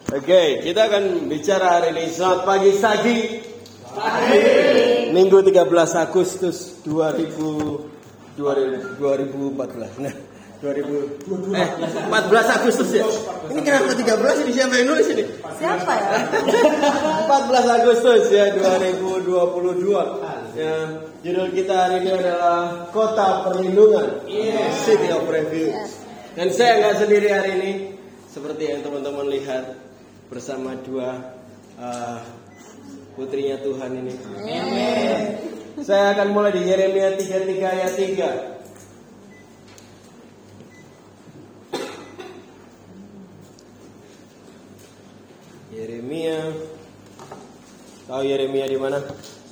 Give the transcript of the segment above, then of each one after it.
Oke, kita akan bicara hari ini. Selamat pagi, Sagi. Minggu 13 Agustus 2014. Nah, 14 Agustus ya. Ini kenapa 13 ini, siapa yang nulis ini? Siapa ya? 14 Agustus ya 2022. Ya, judul kita hari ini adalah Kota Perlindungan. City of Refuge. Dan saya nggak sendiri hari ini, seperti yang teman-teman lihat, bersama dua putrinya Tuhan ini. Amen. Saya akan mulai di Yeremia 33 ayat 3. Yeremia, tahu Yeremia di mana?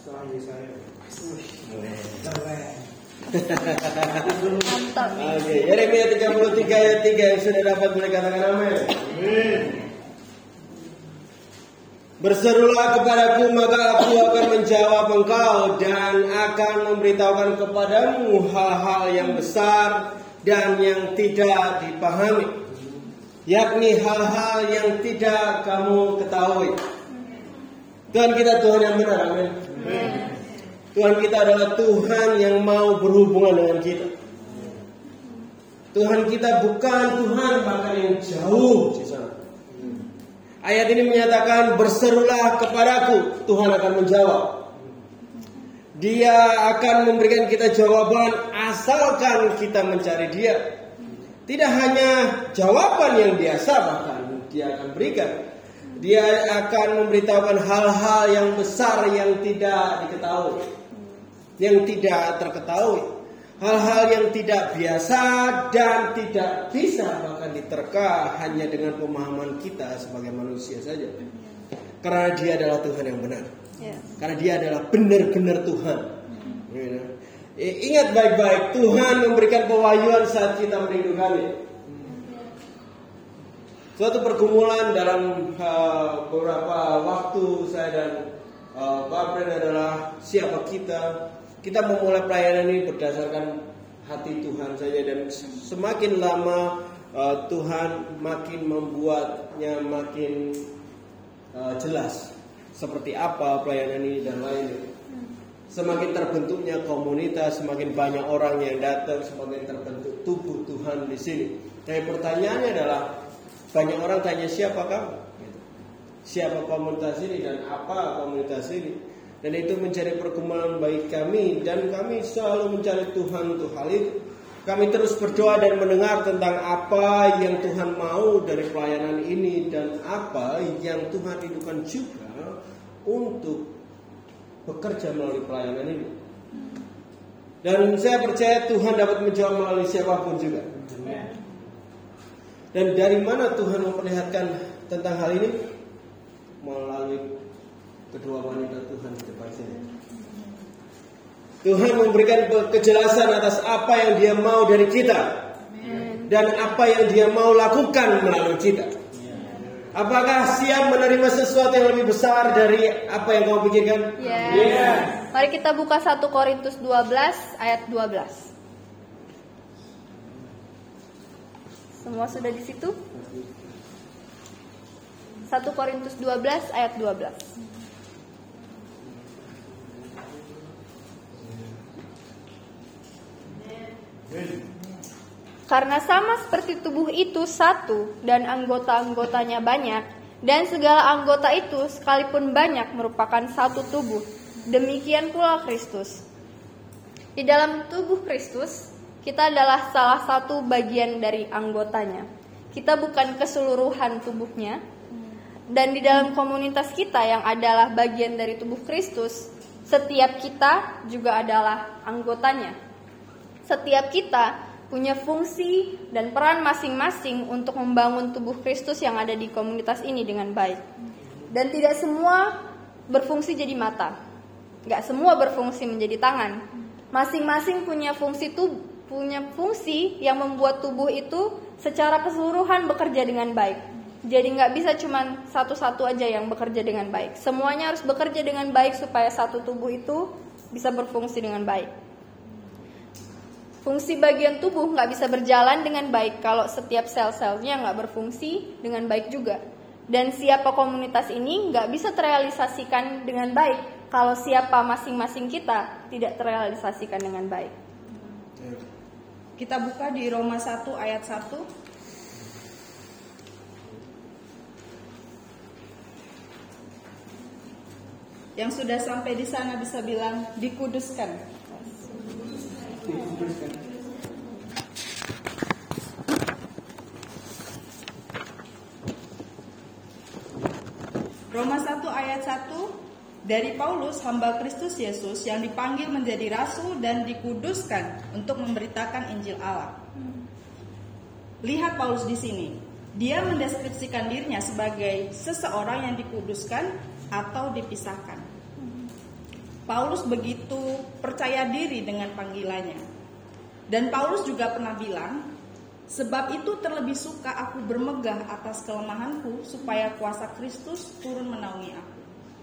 Oke, Yeremia 33 ayat 3 yang sudah dapat boleh katakan amin. Berserulah kepadaku, maka aku akan menjawab engkau dan akan memberitahukan kepadamu hal-hal yang besar dan yang tidak dipahami, yakni hal-hal yang tidak kamu ketahui. Tuhan kita Tuhan yang benar, amin. Tuhan kita adalah Tuhan yang mau berhubungan dengan kita. Tuhan kita bukan Tuhan bahkan yang jauh di sana. Ayat ini menyatakan berserulah kepadaku, Tuhan akan menjawab. Dia akan memberikan kita jawaban asalkan kita mencari Dia. Tidak hanya jawaban yang biasa, bahkan Dia akan berikan. Dia akan memberitahukan hal-hal yang besar yang tidak diketahui, yang tidak terketahui, hal-hal yang tidak biasa dan tidak bisa bahkan diterka hanya dengan pemahaman kita sebagai manusia saja. Karena Dia adalah Tuhan yang benar. Karena Dia adalah benar-benar Tuhan. Ingat baik-baik, Tuhan memberikan pewahyuan saat kita merindukannya. Suatu pergumulan dalam beberapa waktu saya dan Pak Bren adalah siapa kita. Kita memulai pelayanan ini berdasarkan hati Tuhan saja, dan semakin lama Tuhan makin membuatnya makin jelas seperti apa pelayanan ini dan lainnya. Semakin terbentuknya komunitas, semakin banyak orang yang datang, semakin terbentuk tubuh Tuhan di sini. Tapi pertanyaannya adalah, banyak orang tanya siapa kamu? Siapa komunitas ini dan apa komunitas ini? Dan itu menjadi pergumulan bagi kami, dan kami selalu mencari Tuhan untuk hal itu. Kami terus berdoa dan mendengar tentang apa yang Tuhan mau dari pelayanan ini dan apa yang Tuhan rindukan juga untuk bekerja melalui pelayanan ini. Dan saya percaya Tuhan dapat menjawab melalui siapapun juga. Dan dari mana Tuhan memperlihatkan tentang hal ini? Melalui kedua wanita Tuhan di depan sini. Tuhan memberikan kejelasan atas apa yang Dia mau dari kita dan apa yang Dia mau lakukan melalui kita. Apakah siap menerima sesuatu yang lebih besar dari apa yang kamu pikirkan? Mari kita buka 1 Korintus 12 ayat 12. Semua sudah di situ? 1 Korintus 12 ayat 12. Karena sama seperti tubuh itu satu dan anggota-anggotanya banyak, dan segala anggota itu sekalipun banyak merupakan satu tubuh, demikian pula Kristus. Di dalam tubuh Kristus, kita adalah salah satu bagian dari anggotanya. Kita bukan keseluruhan tubuhnya. Dan di dalam komunitas kita yang adalah bagian dari tubuh Kristus, setiap kita juga adalah anggotanya. Setiap kita punya fungsi dan peran masing-masing untuk membangun tubuh Kristus yang ada di komunitas ini dengan baik. Dan tidak semua berfungsi jadi mata, gak semua berfungsi menjadi tangan. Masing-masing punya fungsi yang membuat tubuh itu secara keseluruhan bekerja dengan baik. Jadi gak bisa cuma satu-satu aja yang bekerja dengan baik. Semuanya harus bekerja dengan baik supaya satu tubuh itu bisa berfungsi dengan baik. Fungsi bagian tubuh gak bisa berjalan dengan baik kalau setiap sel-selnya gak berfungsi dengan baik juga. Dan siapa komunitas ini nggak bisa terrealisasikan dengan baik kalau siapa masing-masing kita tidak terrealisasikan dengan baik. Kita buka di Roma 1 ayat 1. Yang sudah sampai di sana bisa bilang dikuduskan. Roma 1 ayat 1, dari Paulus hamba Kristus Yesus yang dipanggil menjadi rasul dan dikuduskan untuk memberitakan Injil Allah. Lihat Paulus di sini. Dia mendeskripsikan dirinya sebagai seseorang yang dikuduskan atau dipisahkan. Paulus begitu percaya diri dengan panggilannya. Dan Paulus juga pernah bilang, sebab itu terlebih suka aku bermegah atas kelemahanku supaya kuasa Kristus turun menaungi aku.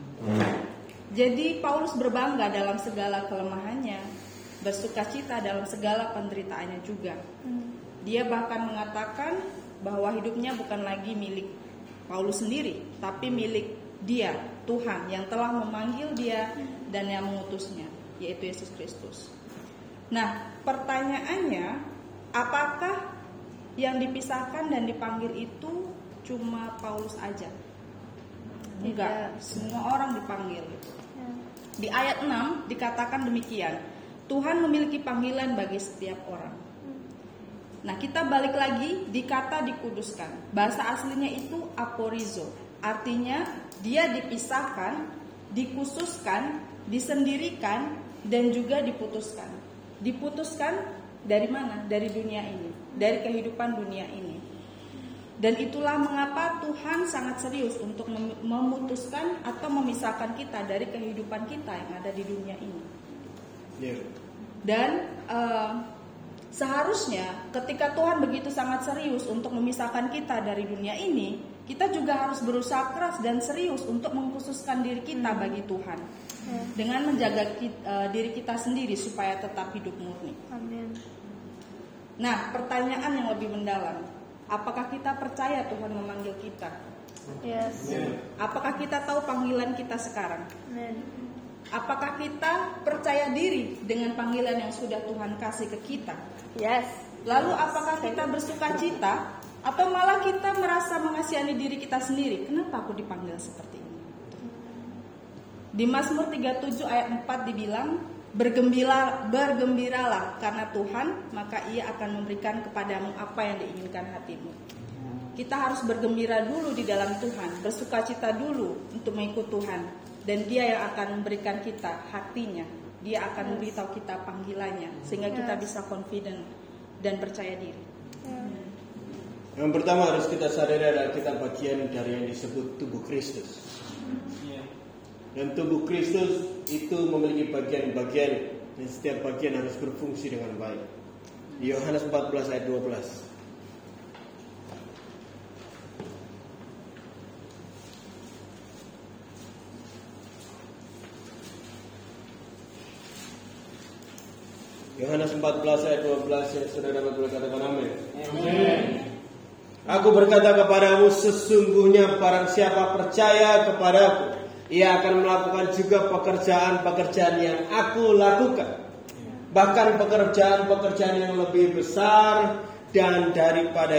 Jadi Paulus berbangga dalam segala kelemahannya, bersukacita dalam segala penderitaannya juga. Dia bahkan mengatakan bahwa hidupnya bukan lagi milik Paulus sendiri, tapi milik Dia, Tuhan yang telah memanggil dia dan yang mengutusnya, yaitu Yesus Kristus. Nah, pertanyaannya, apakah yang dipisahkan dan dipanggil itu cuma Paulus aja? Enggak, semua orang dipanggil. Di ayat 6 dikatakan demikian, Tuhan memiliki panggilan bagi setiap orang. Nah, kita balik lagi di kata dikuduskan. Bahasa aslinya itu aporizo. Artinya dia dipisahkan, dikhususkan, disendirikan, dan juga diputuskan. Diputuskan dari mana? Dari dunia ini, dari kehidupan dunia ini. Dan itulah mengapa Tuhan sangat serius untuk memutuskan atau memisahkan kita dari kehidupan kita yang ada di dunia ini. Dan seharusnya ketika Tuhan begitu sangat serius untuk memisahkan kita dari dunia ini, kita juga harus berusaha keras dan serius untuk mengkhususkan diri kita bagi Tuhan, dengan menjaga diri kita sendiri supaya tetap hidup murni. Amin. Nah, pertanyaan yang lebih mendalam, apakah kita percaya Tuhan memanggil kita? Yes. Apakah kita tahu panggilan kita sekarang? Amin. Apakah kita percaya diri dengan panggilan yang sudah Tuhan kasih ke kita? Yes. Lalu apakah kita bersukacita atau malah kita merasa mengasihani diri kita sendiri? Kenapa aku dipanggil seperti ini? Di Mazmur 37 ayat 4 dibilang, bergembiralah karena Tuhan, maka Ia akan memberikan kepadamu apa yang diinginkan hatimu. Kita harus bergembira dulu di dalam Tuhan, bersukacita dulu untuk mengikut Tuhan, dan Dia yang akan memberikan kita hatinya. Dia akan memberitahu kita panggilannya, sehingga kita bisa confident dan percaya diri. Yang pertama harus kita sadari adalah kita bagian dari yang disebut tubuh Kristus. Dan tubuh Kristus itu memiliki bagian-bagian, dan setiap bagian harus berfungsi dengan baik. Di Yohanes 14 ayat 12. Yohanes 14 ayat 12, yang sudah dapat berkatakan amin. Amin. Aku berkata kepadamu, sesungguhnya barang siapa percaya kepadaku, ia akan melakukan juga pekerjaan-pekerjaan yang aku lakukan. Bahkan pekerjaan-pekerjaan yang lebih besar, dan daripada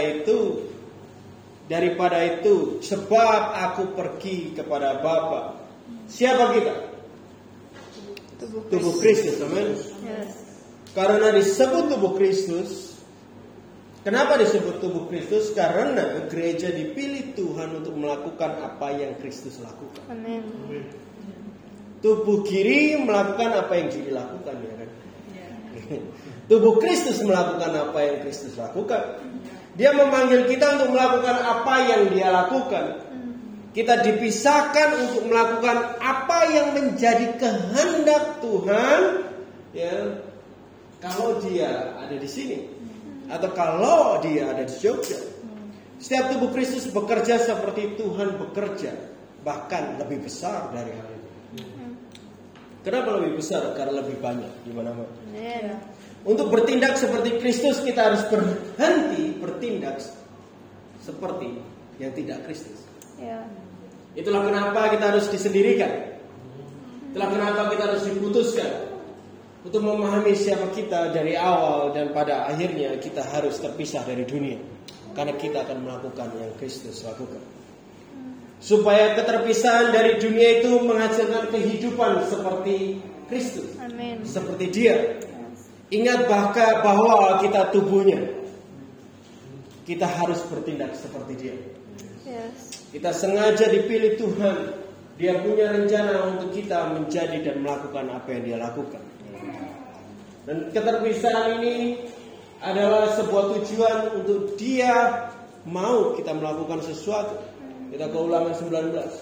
itu, sebab aku pergi kepada Bapa. Siapa kita? Tubuh Kristus, amin. Yes. Karena disebut tubuh Kristus. Kenapa disebut tubuh Kristus? Karena gereja dipilih Tuhan untuk melakukan apa yang Kristus lakukan. Amin. Tubuh kiri melakukan apa yang kiri lakukan, ya kan? Tubuh Kristus melakukan apa yang Kristus lakukan. Dia memanggil kita untuk melakukan apa yang Dia lakukan. Kita dipisahkan untuk melakukan apa yang menjadi kehendak Tuhan, ya. Kalau Dia ada di sini, atau kalau Dia ada di Jogja. Setiap tubuh Kristus bekerja seperti Tuhan bekerja, bahkan lebih besar dari hal itu. Kenapa lebih besar? Karena lebih banyak di mana-mana. Untuk bertindak seperti Kristus, kita harus berhenti bertindak seperti yang tidak Kristus. Ya. Itulah kenapa kita harus disendirikan. Itulah kenapa kita harus diputuskan untuk memahami siapa kita dari awal, dan pada akhirnya kita harus terpisah dari dunia karena kita akan melakukan yang Kristus lakukan. Supaya keterpisahan dari dunia itu menghasilkan kehidupan seperti Kristus. Amin. Seperti Dia. Ingat bahwa kita tubuhnya. Kita harus bertindak seperti Dia. Yes. Kita sengaja dipilih Tuhan. Dia punya rencana untuk kita menjadi dan melakukan apa yang Dia lakukan. Dan keterpisahan ini adalah sebuah tujuan untuk Dia mau kita melakukan sesuatu. Kita ke Ulangan 19.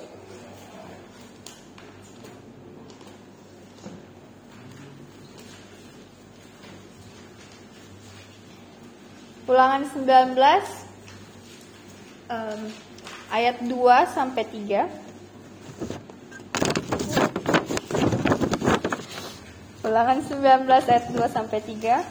Ulangan 19 ayat 2 sampai 3. Ulangan 19 ayat 2 sampai 3.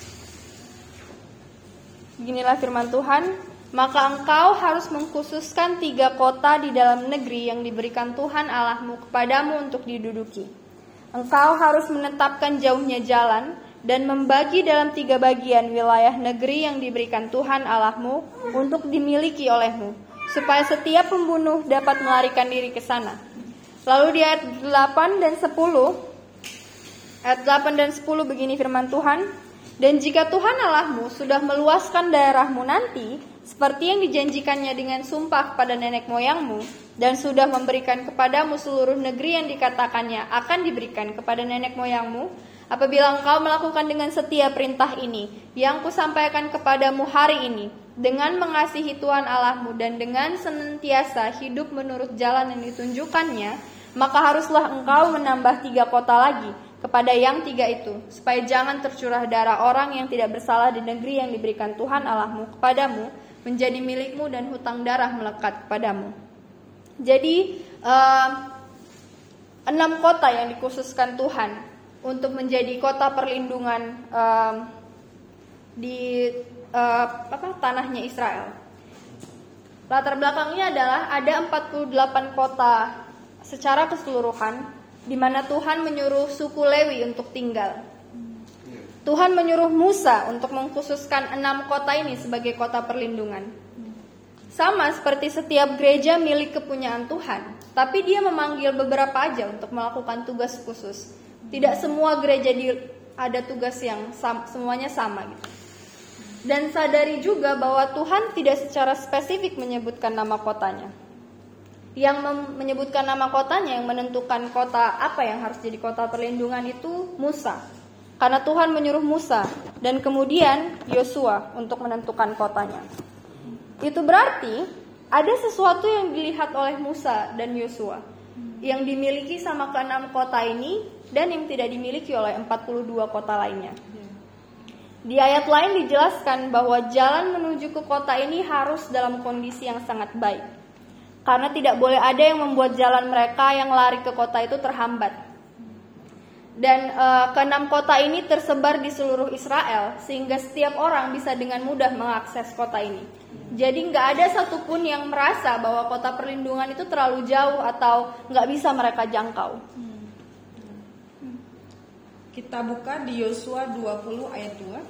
Beginilah firman Tuhan, maka engkau harus mengkhususkan 3 kota di dalam negeri yang diberikan Tuhan Allahmu kepadamu untuk diduduki. Engkau harus menetapkan jauhnya jalan dan membagi dalam 3 bagian wilayah negeri yang diberikan Tuhan Allahmu untuk dimiliki olehmu, supaya setiap pembunuh dapat melarikan diri ke sana. Lalu di ayat 8 dan 10, ayat 8 dan 10 begini firman Tuhan, dan jika Tuhan Allahmu sudah meluaskan daerahmu nanti, seperti yang dijanjikannya dengan sumpah kepada nenek moyangmu, dan sudah memberikan kepadamu seluruh negeri yang dikatakannya akan diberikan kepada nenek moyangmu, apabila engkau melakukan dengan setia perintah ini, yang kusampaikan kepadamu hari ini, dengan mengasihi Tuhan Allahmu dan dengan senantiasa hidup menurut jalan yang ditunjukkannya, maka haruslah engkau menambah 3 kota lagi kepada yang 3 itu, supaya jangan tercurah darah orang yang tidak bersalah di negeri yang diberikan Tuhan Allahmu kepadamu, menjadi milikmu dan hutang darah melekat kepadamu. Jadi 6 kota yang dikhususkan Tuhan untuk menjadi kota perlindungan di tanahnya Israel. Latar belakangnya adalah ada 48 kota secara keseluruhan, di mana Tuhan menyuruh suku Lewi untuk tinggal. Tuhan menyuruh Musa untuk mengkhususkan 6 kota ini sebagai kota perlindungan. Sama seperti setiap gereja milik kepunyaan Tuhan, tapi Dia memanggil beberapa aja untuk melakukan tugas khusus. Tidak semua gereja ada tugas yang semuanya sama gitu. Dan sadari juga bahwa Tuhan tidak secara spesifik menyebutkan nama kotanya. Yang menyebutkan nama kotanya, yang menentukan kota apa yang harus jadi kota perlindungan itu Musa. Karena Tuhan menyuruh Musa dan kemudian Yosua untuk menentukan kotanya. Itu berarti ada sesuatu yang dilihat oleh Musa dan Yosua yang dimiliki sama ke-6 kota ini dan yang tidak dimiliki oleh 42 kota lainnya. Di ayat lain dijelaskan bahwa jalan menuju ke kota ini harus dalam kondisi yang sangat baik. Karena tidak boleh ada yang membuat jalan mereka yang lari ke kota itu terhambat. Dan ke-6 kota ini tersebar di seluruh Israel, sehingga setiap orang bisa dengan mudah mengakses kota ini. Jadi nggak ada satupun yang merasa bahwa kota perlindungan itu terlalu jauh atau nggak bisa mereka jangkau. Kita buka di Yosua 20 ayat 2.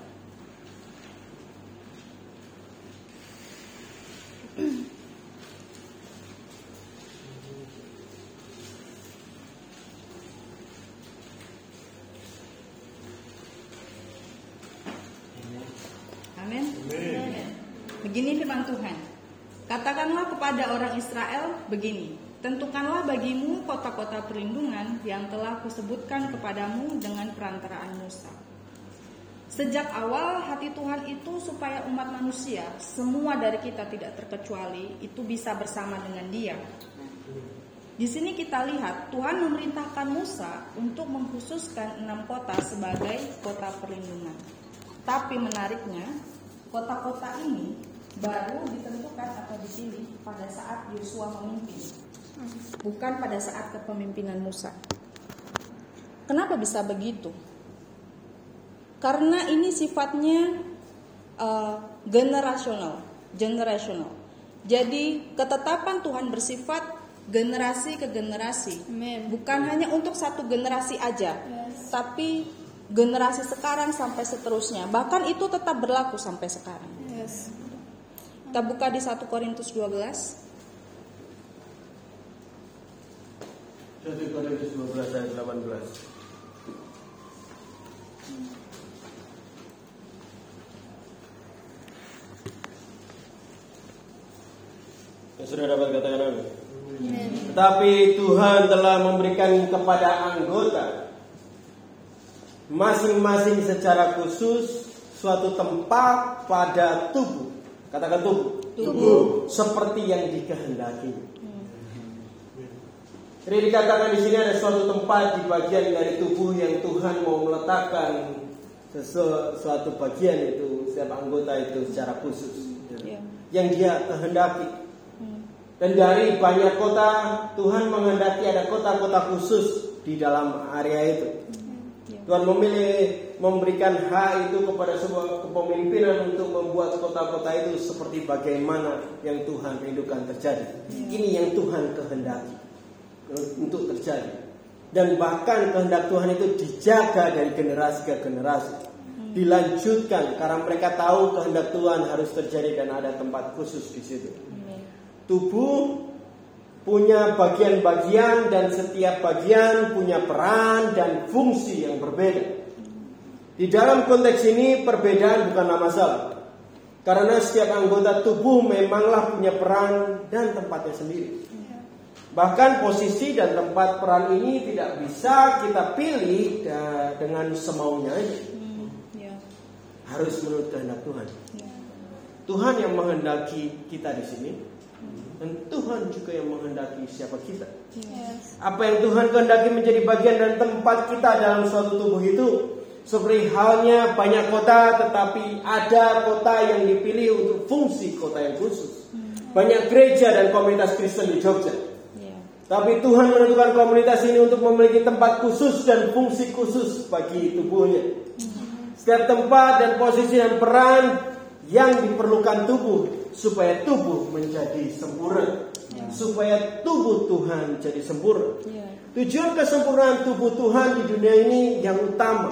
Amin. Begini firman Tuhan. Katakanlah kepada orang Israel begini, tentukanlah bagimu kota-kota perlindungan yang telah kusebutkan kepadamu dengan perantaraan Musa. Sejak awal hati Tuhan itu supaya umat manusia, semua dari kita tidak terkecuali, itu bisa bersama dengan Dia. Di sini kita lihat Tuhan memerintahkan Musa untuk mengkhususkan 6 kota sebagai kota perlindungan. Tapi menariknya, kota-kota ini baru ditentukan atau dipilih pada saat Yosua memimpin, bukan pada saat kepemimpinan Musa. Kenapa bisa begitu? Karena ini sifatnya generasional. Jadi ketetapan Tuhan bersifat generasi ke generasi. Amin. Bukan hanya untuk satu generasi aja, tapi generasi sekarang sampai seterusnya. Bahkan itu tetap berlaku sampai sekarang. Yes. Kita buka di 1 Korintus 12. 1 Korintus 12 ayat 18. Yang sudah dapat katakan amin. Tetapi Tuhan telah memberikan kepada anggota masing-masing secara khusus suatu tempat pada tubuh. Katakan tubuh. Tubuh. Seperti yang dikehendaki. Jadi dikatakan di sini ada suatu tempat di bagian dari tubuh yang Tuhan mau meletakkan suatu bagian itu, setiap anggota itu secara khusus, yang Dia kehendaki. Dan dari banyak kota, Tuhan menghendaki ada kota-kota khusus di dalam area itu. Tuhan memberikan hak itu kepada sebuah kepemimpinan untuk membuat kota-kota itu seperti bagaimana yang Tuhan rindukan terjadi. Ini yang Tuhan kehendaki untuk terjadi. Dan bahkan kehendak Tuhan itu dijaga dari generasi ke generasi, dilanjutkan karena mereka tahu kehendak Tuhan harus terjadi dan ada tempat khusus di situ. Tubuh punya bagian-bagian dan setiap bagian punya peran dan fungsi yang berbeda. Di dalam konteks ini perbedaan bukanlah masalah, karena setiap anggota tubuh memanglah punya peran dan tempatnya sendiri. Bahkan posisi dan tempat peran ini tidak bisa kita pilih dengan semaunya aja. Harus menurut kehendak Tuhan. Tuhan yang menghendaki kita di sini, dan Tuhan juga yang menghendaki siapa kita. Apa yang Tuhan kehendaki menjadi bagian dan tempat kita dalam suatu tubuh itu. Seperti halnya banyak kota, tetapi ada kota yang dipilih untuk fungsi kota yang khusus. Banyak gereja dan komunitas Kristen di Jogja. Tapi Tuhan menentukan komunitas ini untuk memiliki tempat khusus dan fungsi khusus bagi tubuhnya. Setiap tempat dan posisi dan peran yang diperlukan tubuh supaya tubuh menjadi sempurna, supaya tubuh Tuhan jadi sempurna. Tujuan kesempurnaan tubuh Tuhan di dunia ini yang utama,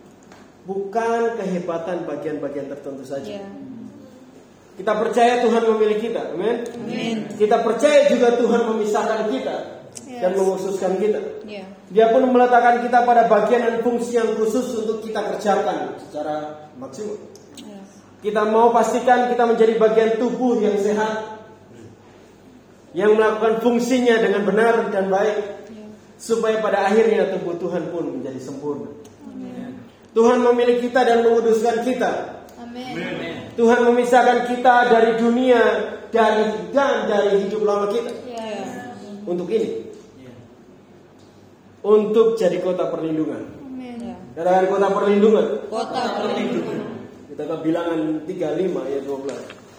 bukan kehebatan bagian-bagian tertentu saja. Kita percaya Tuhan memilih kita, amin. Kita percaya juga Tuhan memisahkan kita dan mengkhususkan kita. Dia pun meletakkan kita pada bagian dan fungsi yang khusus untuk kita kerjakan secara maksimal. Kita mau pastikan kita menjadi bagian tubuh yang sehat, yang melakukan fungsinya dengan benar dan baik, supaya pada akhirnya tubuh Tuhan pun menjadi sempurna. Tuhan memilih kita dan menguduskan kita. Tuhan memisahkan kita dari dunia dan dari hidup lama kita. Untuk ini, untuk jadi kota perlindungan. Katakan kota perlindungan. Kota perlindungan. Kita ke Bilangan 35 ayat 12.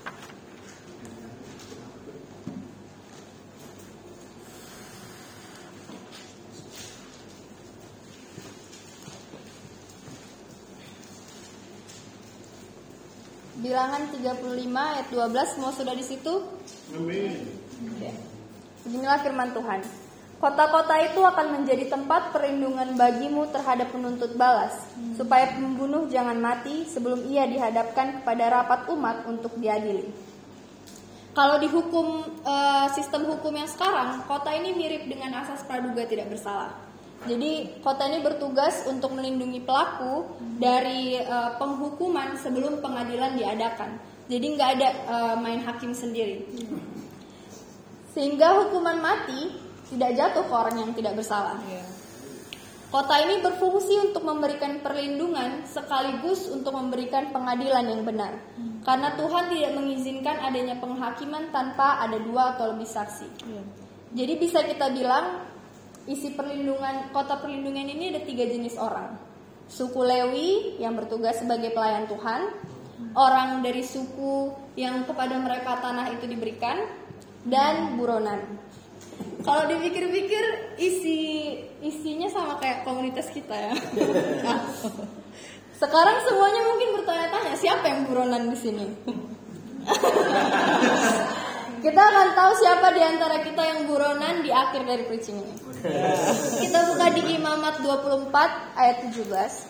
Bilangan 35 ayat 12, semua sudah di situ? Amin. Beginilah firman Tuhan. Kota-kota itu akan menjadi tempat perlindungan bagimu terhadap penuntut balas, supaya pembunuh jangan mati sebelum ia dihadapkan kepada rapat umat untuk diadili. Kalau di sistem hukum yang sekarang, kota ini mirip dengan asas praduga tidak bersalah. Jadi kota ini bertugas untuk melindungi pelaku dari penghukuman sebelum pengadilan diadakan. Jadi nggak ada main hakim sendiri. Sehingga hukuman mati tidak jatuh ke orang yang tidak bersalah. Kota ini berfungsi untuk memberikan perlindungan sekaligus untuk memberikan pengadilan yang benar. Karena Tuhan tidak mengizinkan adanya penghakiman tanpa ada 2 atau lebih saksi. Jadi bisa kita bilang isi kota perlindungan ini ada 3 jenis orang. Suku Lewi yang bertugas sebagai pelayan Tuhan, orang dari suku yang kepada mereka tanah itu diberikan, dan buronan. Kalau dipikir-pikir isinya sama kayak komunitas kita ya. Sekarang semuanya mungkin bertanya-tanya siapa yang buronan di sini. Kita akan tahu siapa di antara kita yang buronan di akhir dari preaching ini. Kita buka di Imamat 24 ayat 17.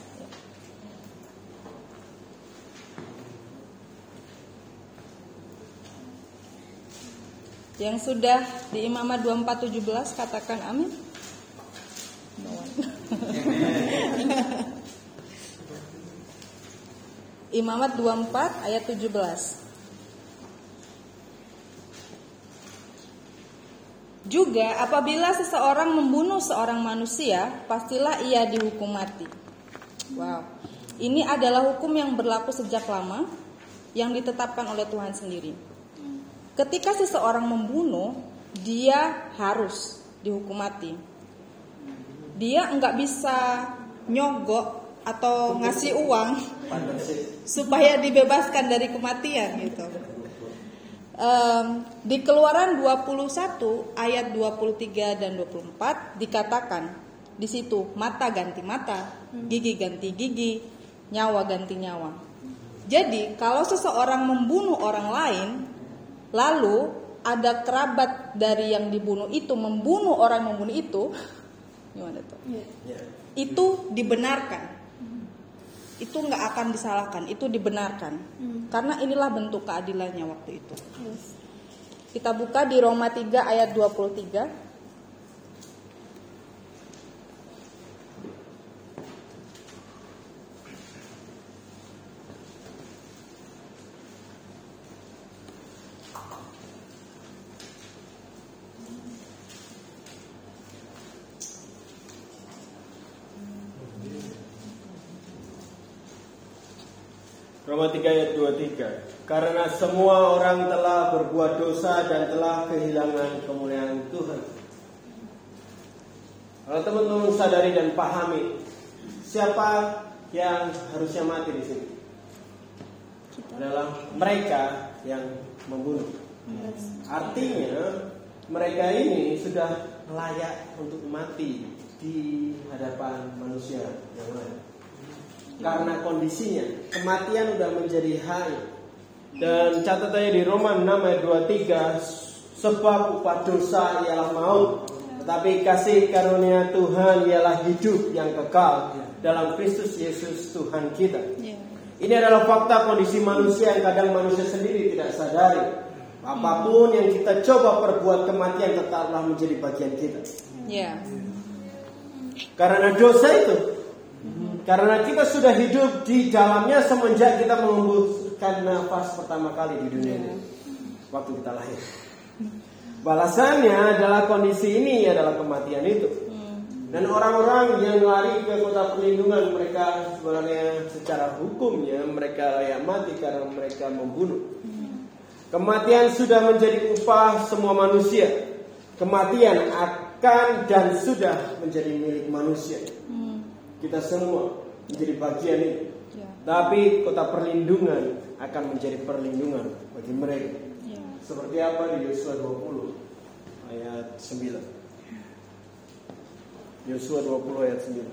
Yang sudah di Imamat 24:17 katakan amin. Imamat 24 ayat 17. Juga apabila seseorang membunuh seorang manusia, pastilah ia dihukum mati. Wow. Ini adalah hukum yang berlaku sejak lama, yang ditetapkan oleh Tuhan sendiri. Ketika seseorang membunuh, dia harus dihukum mati. Dia enggak bisa nyogok atau ngasih uang supaya dibebaskan dari kematian gitu. Di Keluaran 21 ayat 23 dan 24 dikatakan di situ mata ganti mata, gigi ganti gigi, nyawa ganti nyawa. Jadi kalau seseorang membunuh orang lain, lalu ada kerabat dari yang dibunuh itu membunuh orang yang membunuh itu, gimana tuh? Itu dibenarkan. Itu nggak akan disalahkan, itu dibenarkan. Karena inilah bentuk keadilannya waktu itu. Kita buka di Roma 3 ayat 23. Roma 3 ayat 23. Karena semua orang telah berbuat dosa dan telah kehilangan kemuliaan Tuhan. Kalau teman-teman sadari dan pahami, siapa yang harusnya mati di sini? Adalah mereka yang membunuh. Artinya mereka ini sudah layak untuk mati di hadapan manusia yang lain. Karena kondisinya kematian sudah menjadi hal. Dan catatannya di Roma 6 ayat 23, sebab upah dosa ialah maut, tetapi kasih karunia Tuhan ialah hidup yang kekal dalam Kristus Yesus Tuhan kita. Ini adalah fakta kondisi manusia yang kadang manusia sendiri tidak sadari. Apapun yang kita coba perbuat, kematian tetaplah menjadi bagian kita. Karena dosa itu, karena kita sudah hidup di dalamnya semenjak kita mengembuskan nafas pertama kali di dunia ini, waktu kita lahir. Balasannya adalah kondisi ini adalah kematian itu. Dan orang-orang yang lari ke kota perlindungan, mereka sebenarnya secara hukumnya mereka layak mati karena mereka membunuh. Kematian sudah menjadi upah semua manusia. Kematian akan dan sudah menjadi milik manusia. Kita semua menjadi bagian itu. Tapi kota perlindungan akan menjadi perlindungan bagi mereka. Seperti apa di Yosua 20 ayat 9. Yosua 20 ayat 9.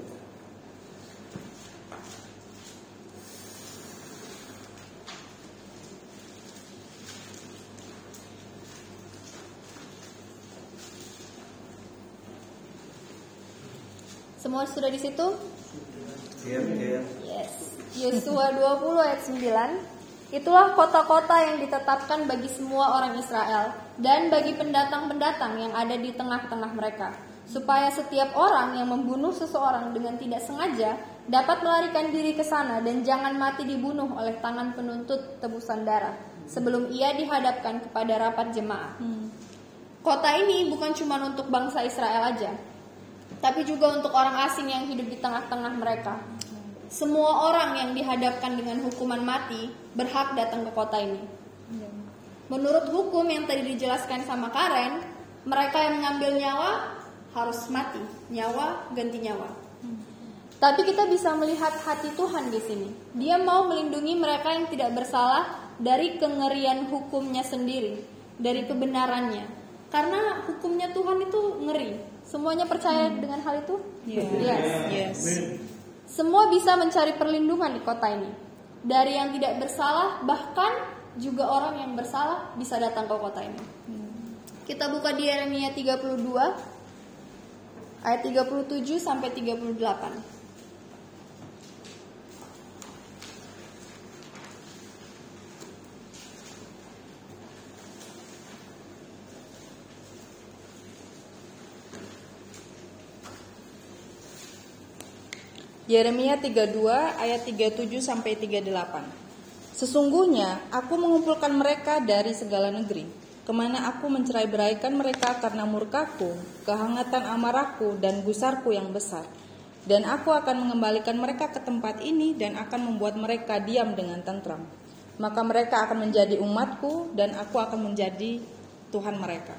Semua sudah di situ? Yes. Yosua 20 ayat 9. Itulah kota-kota yang ditetapkan bagi semua orang Israel dan bagi pendatang-pendatang yang ada di tengah-tengah mereka, supaya setiap orang yang membunuh seseorang dengan tidak sengaja dapat melarikan diri ke sana dan jangan mati dibunuh oleh tangan penuntut tebusan darah sebelum ia dihadapkan kepada rapat jemaah. Kota ini bukan cuma untuk bangsa Israel aja, tapi juga untuk orang asing yang hidup di tengah-tengah mereka. Semua orang yang dihadapkan dengan hukuman mati berhak datang ke kota ini. Menurut hukum yang tadi dijelaskan sama Karen, mereka yang mengambil nyawa harus mati, nyawa ganti nyawa. Tapi kita bisa melihat hati Tuhan di sini. Dia mau melindungi mereka yang tidak bersalah dari kengerian hukumnya sendiri, dari kebenarannya. Karena hukumnya Tuhan itu ngeri. Semuanya percaya dengan hal itu? Yes. Semua bisa mencari perlindungan di kota ini. Dari yang tidak bersalah, bahkan juga orang yang bersalah bisa datang ke kota ini. Kita buka di Yeremia 32 ayat 37 sampai 38. Yeremia 32 ayat 37 sampai 38. Sesungguhnya aku mengumpulkan mereka dari segala negeri, kemana aku mencerai-beraikan mereka karena murkaku, kehangatan amarahku dan gusarku yang besar. Dan aku akan mengembalikan mereka ke tempat ini dan akan membuat mereka diam dengan tentram. Maka mereka akan menjadi umatku dan aku akan menjadi Tuhan mereka.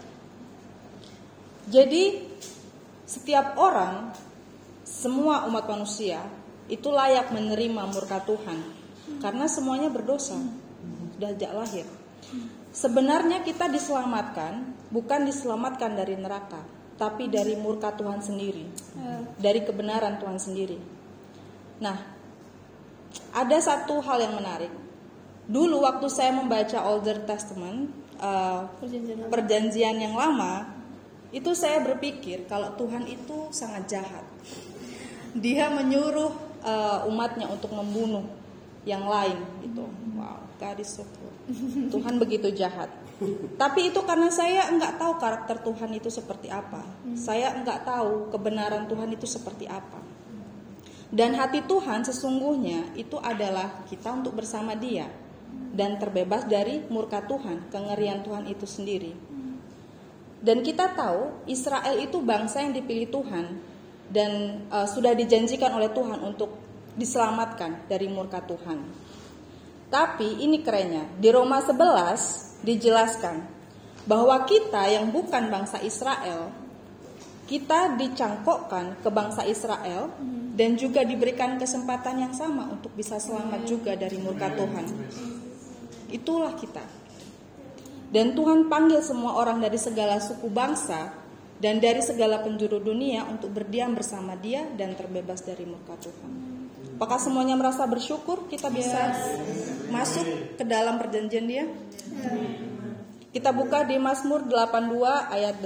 Jadi setiap orang, semua umat manusia itu layak menerima murka Tuhan karena semuanya berdosa sudah sejak lahir. Sebenarnya kita diselamatkan bukan diselamatkan dari neraka, tapi dari murka Tuhan sendiri, dari kebenaran Tuhan sendiri. Nah, ada satu hal yang menarik. Dulu waktu saya membaca Old Testament, perjanjian yang lama, itu saya berpikir kalau Tuhan itu sangat jahat. Dia menyuruh umatnya untuk membunuh yang lain itu. Wow, God is so cruel. Tuhan begitu jahat. Tapi itu karena saya enggak tahu karakter Tuhan itu seperti apa. Saya enggak tahu kebenaran Tuhan itu seperti apa. Dan hati Tuhan sesungguhnya itu adalah kita untuk bersama Dia dan terbebas dari murka Tuhan, kengerian Tuhan itu sendiri. Dan kita tahu Israel itu bangsa yang dipilih Tuhan dan sudah dijanjikan oleh Tuhan untuk diselamatkan dari murka Tuhan. Tapi ini kerennya, di Roma 11 dijelaskan bahwa kita yang bukan bangsa Israel, kita dicangkokkan ke bangsa Israel dan juga diberikan kesempatan yang sama untuk bisa selamat juga dari murka Tuhan. Itulah kita. Dan Tuhan panggil semua orang dari segala suku bangsa dan dari segala penjuru dunia untuk berdiam bersama Dia dan terbebas dari murka Tuhan. Apakah semuanya merasa bersyukur kita bisa masuk ke dalam perjanjian Dia? Kita buka di Mazmur 82 ayat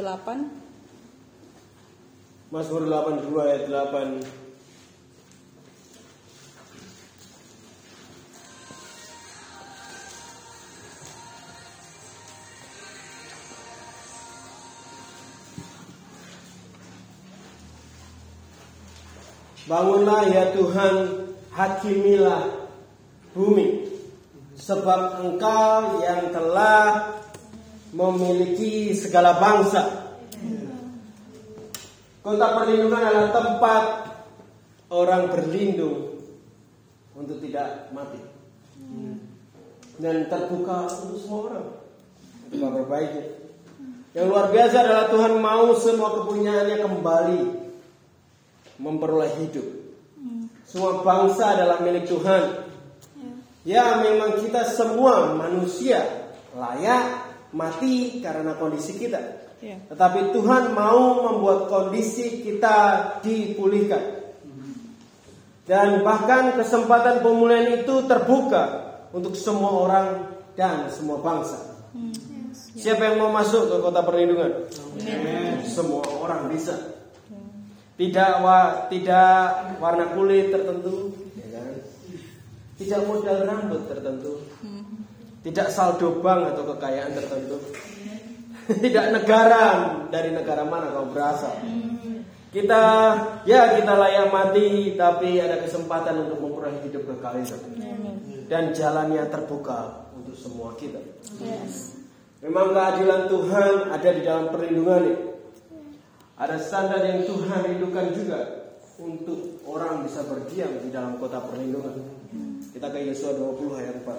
8. Mazmur 82 ayat 8. Bangunlah ya Tuhan, hakimilah bumi, sebab Engkau yang telah memiliki segala bangsa. Kota perlindungan adalah tempat orang berlindung untuk tidak mati dan terbuka untuk semua orang untuk memperbaiki. Yang luar biasa adalah Tuhan mau semua kepunyaannya kembali memperoleh hidup. Semua bangsa adalah milik Tuhan. Ya, memang kita semua manusia layak mati karena kondisi kita. Tetapi Tuhan mau membuat kondisi kita dipulihkan. Dan bahkan kesempatan pemulihan itu terbuka untuk semua orang dan semua bangsa. Siapa yang mau masuk ke kota perlindungan? Semua orang bisa. Tidak warna kulit tertentu, ya kan? Tidak modal rambut tertentu, tidak saldo bank atau kekayaan tertentu, tidak negara dari negara mana kau berasal. Kita layak mati, tapi ada kesempatan untuk memperoleh hidup kekal itu, dan jalannya terbuka untuk semua kita. Memang keadilan Tuhan ada di dalam perlindungannya. Ada standar yang Tuhan rindukan juga untuk orang bisa berdiam di dalam kota perlindungan. Kita ke Yesua 20 ayat 4.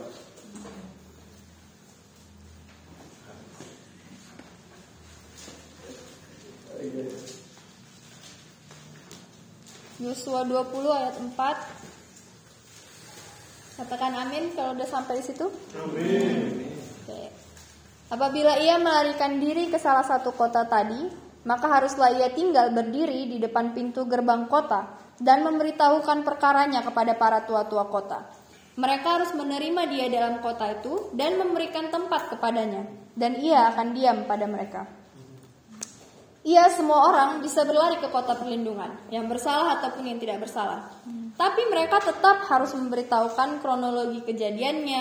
Yosua 20 ayat 4. Katakan amin kalau udah sampai di situ. Amin. Oke. Apabila ia melarikan diri ke salah satu kota tadi, maka haruslah ia tinggal berdiri di depan pintu gerbang kota dan memberitahukan perkaranya kepada para tua-tua kota. Mereka harus menerima dia dalam kota itu dan memberikan tempat kepadanya, dan ia akan diam pada mereka. Ia semua orang bisa berlari ke kota perlindungan, yang bersalah ataupun yang tidak bersalah. Tapi mereka tetap harus memberitahukan kronologi kejadiannya,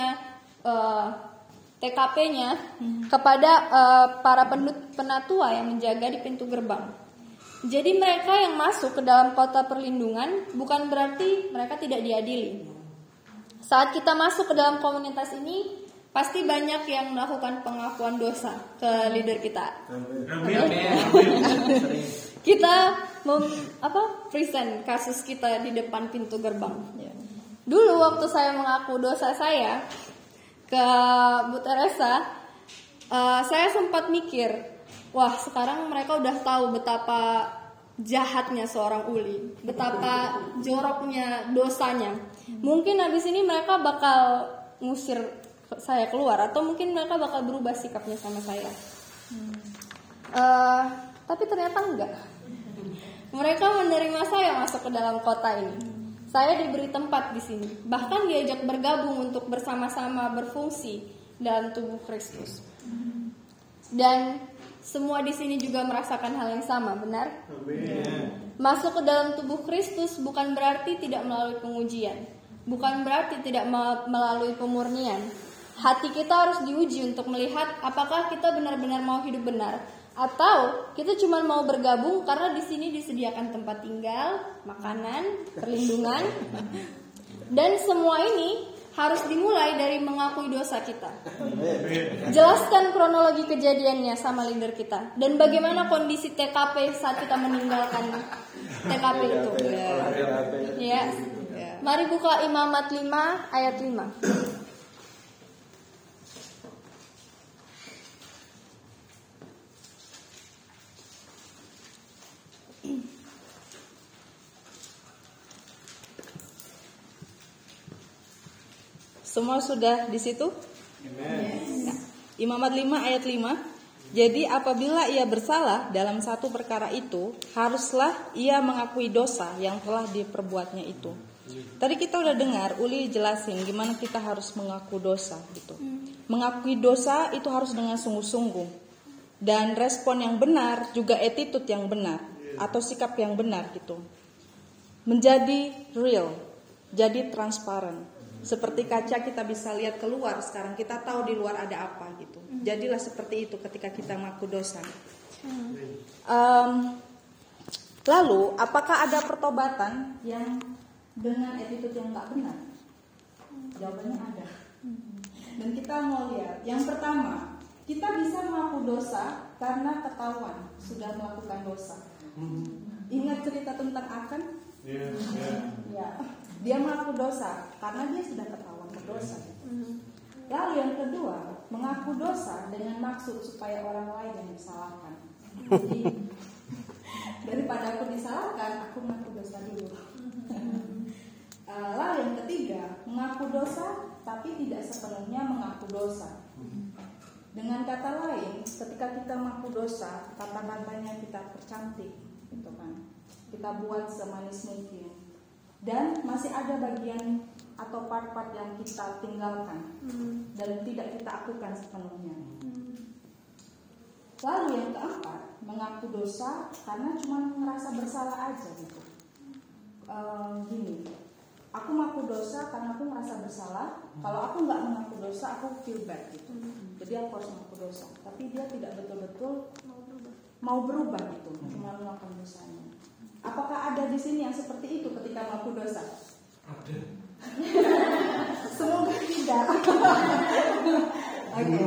TKP-nya kepada para penatua yang menjaga di pintu gerbang. Jadi mereka yang masuk ke dalam kota perlindungan bukan berarti mereka tidak diadili. Saat kita masuk ke dalam komunitas ini, pasti banyak yang melakukan pengakuan dosa ke leader kita. Kita present kasus kita di depan pintu gerbang. Dulu waktu saya mengaku dosa saya ke Bu Teresa, saya sempat mikir, wah sekarang mereka udah tahu betapa jahatnya seorang Uli, betapa joroknya dosanya. Mungkin habis ini mereka bakal ngusir saya keluar, atau mungkin mereka bakal berubah sikapnya sama saya. Tapi ternyata enggak. Mereka menerima saya masuk ke dalam kota ini. Saya diberi tempat di sini, bahkan diajak bergabung untuk bersama-sama berfungsi dalam tubuh Kristus. Dan semua di sini juga merasakan hal yang sama, benar? Masuk ke dalam tubuh Kristus bukan berarti tidak melalui pengujian, bukan berarti tidak melalui pemurnian. Hati kita harus diuji untuk melihat apakah kita benar-benar mau hidup benar, atau kita cuma mau bergabung karena di sini disediakan tempat tinggal, makanan, perlindungan. Dan semua ini harus dimulai dari mengakui dosa kita. Jelaskan kronologi kejadiannya sama leader kita, dan bagaimana kondisi TKP saat kita meninggalkan TKP itu. Ya. Mari buka Imamat 5 ayat 5. Semua sudah di situ? Nah, Imamat 5 ayat 5. Jadi apabila ia bersalah dalam satu perkara itu, haruslah ia mengakui dosa yang telah diperbuatnya itu. Tadi kita udah dengar Uli jelasin gimana kita harus mengaku dosa gitu. Mengakui dosa itu harus dengan sungguh-sungguh. Dan respon yang benar juga attitude yang benar atau sikap yang benar gitu. Menjadi real, jadi transparan. Seperti kaca kita bisa lihat keluar, sekarang kita tahu di luar ada apa gitu. Jadilah seperti itu ketika kita mengaku dosa. Lalu apakah ada pertobatan yang dengan attitude yang tak benar? Jawabannya ada. Dan kita mau lihat. Yang pertama, kita bisa mengaku dosa karena ketahuan sudah melakukan dosa. Ingat cerita tentang Akan? Ya. Dia mengaku dosa karena dia sudah ketahuan berdosa. Lalu yang kedua, mengaku dosa dengan maksud supaya orang lain yang disalahkan. Jadi daripada aku disalahkan, aku mengaku dosa dulu. Lalu yang ketiga, mengaku dosa tapi tidak sepenuhnya mengaku dosa. Dengan kata lain, ketika kita mengaku dosa, kata-katanya kita percantik, gitu kan? Kita buat semanis mungkin. Dan masih ada bagian atau part-part yang kita tinggalkan dan tidak kita akukan sepenuhnya. Lalu yang keempat, mengaku dosa karena cuma ngerasa bersalah aja gitu. Gini, aku mengaku dosa karena aku merasa bersalah. Kalau aku nggak mengaku dosa, aku feel bad gitu. Jadi aku harus mengaku dosa. Tapi dia tidak betul-betul mau berubah gitu, cuma melakukan dosanya. Apakah ada di sini yang seperti itu ketika mengaku dosa? Ada. Semoga tidak. Oke.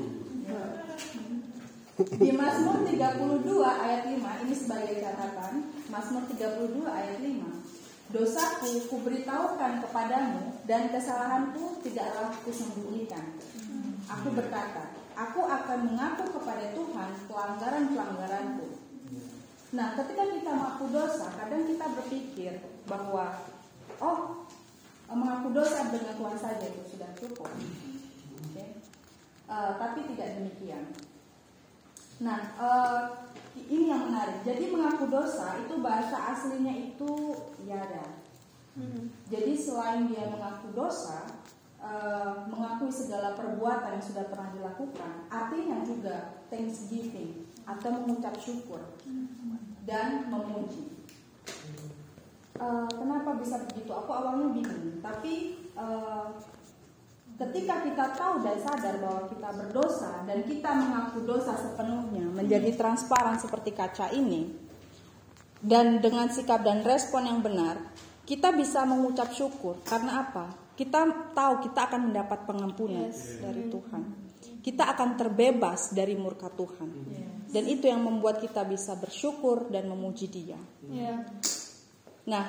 Di Mazmur 32 ayat 5, ini sebagai catatan. Mazmur 32 ayat 5. Dosaku kuberitahukan kepadamu dan kesalahanku tidaklah kusembunyikan. Aku berkata, aku akan mengaku kepada Tuhan pelanggaran-pelanggaranku. Nah, ketika kita mengaku dosa, kadang kita berpikir bahwa mengaku dosa dengan Tuhan saja itu sudah cukup. Okay? Tapi tidak demikian. Nah, ini yang menarik. Jadi mengaku dosa itu bahasa aslinya itu yada. Jadi selain dia mengaku dosa, mengakui segala perbuatan yang sudah pernah dilakukan, artinya juga thanksgiving atau mengucap syukur dan memuji. Kenapa bisa begitu? Aku awalnya bingung, tapi ketika kita tahu dan sadar bahwa kita berdosa dan kita mengaku dosa sepenuhnya, menjadi transparan seperti kaca ini, dan dengan sikap dan respon yang benar, kita bisa mengucap syukur. Karena apa? Kita tahu kita akan mendapat pengampunan dari Tuhan. Kita akan terbebas dari murka Tuhan. Dan itu yang membuat kita bisa bersyukur dan memuji Dia. Nah,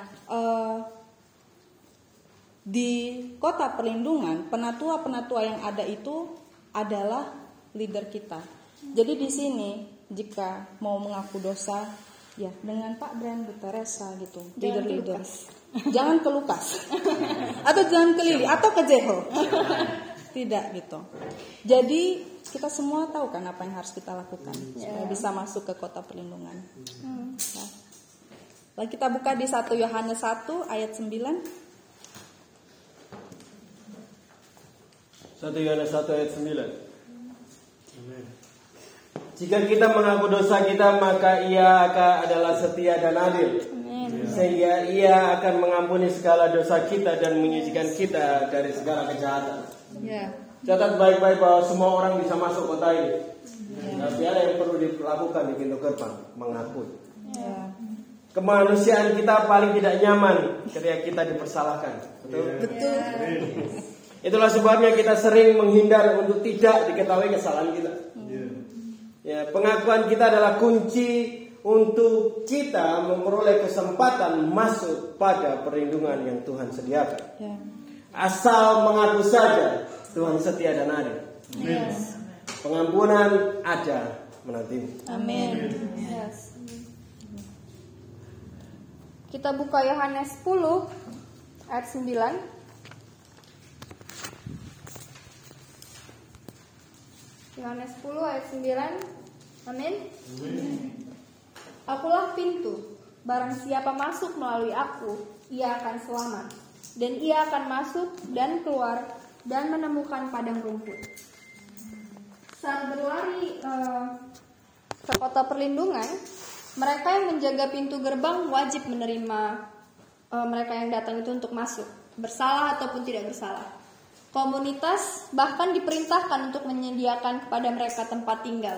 di kota perlindungan, penatua-penatua yang ada itu adalah leader kita. Jadi di sini jika mau mengaku dosa, ya dengan Pak Bren, Bu Teresa gitu, leader-leader. Jangan ke Lukas atau jangan ke Lili atau ke Jeho. Tidak gitu. Jadi kita semua tahu kan apa yang harus kita lakukan supaya bisa masuk ke kota perlindungan. Nah, lalu kita buka di 1 Yohanes 1 ayat 9. 1 Yohanes 1 ayat 9. Jika kita mengaku dosa kita, maka Ia adalah setia dan adil, sehingga Ia akan mengampuni segala dosa kita dan menyucikan kita dari segala kejahatan. Catat baik-baik bahwa semua orang bisa masuk kota ini. Tapi ada yang perlu dilakukan di pintu gerbang, mengakui. Kemanusiaan kita paling tidak nyaman ketika kita dipersalahkan. Betul. Itulah sebabnya kita sering menghindar untuk tidak diketahui kesalahan kita. Ya, pengakuan kita adalah kunci untuk kita memperoleh kesempatan masuk pada perlindungan yang Tuhan sediakan. Asal mengaku saja, Tuhan setia dan adil. Pengampunan ada menantimu. Amin. Kita buka Yohanes 10 ayat 9. Yohanes 10 ayat 9. Amin. Akulah pintu. Barang siapa masuk melalui aku, ia akan selamat. Dan ia akan masuk dan keluar dan menemukan padang rumput. Saat berlari ke kota perlindungan, mereka yang menjaga pintu gerbang wajib menerima mereka yang datang itu untuk masuk, bersalah ataupun tidak bersalah. Komunitas bahkan diperintahkan untuk menyediakan kepada mereka tempat tinggal.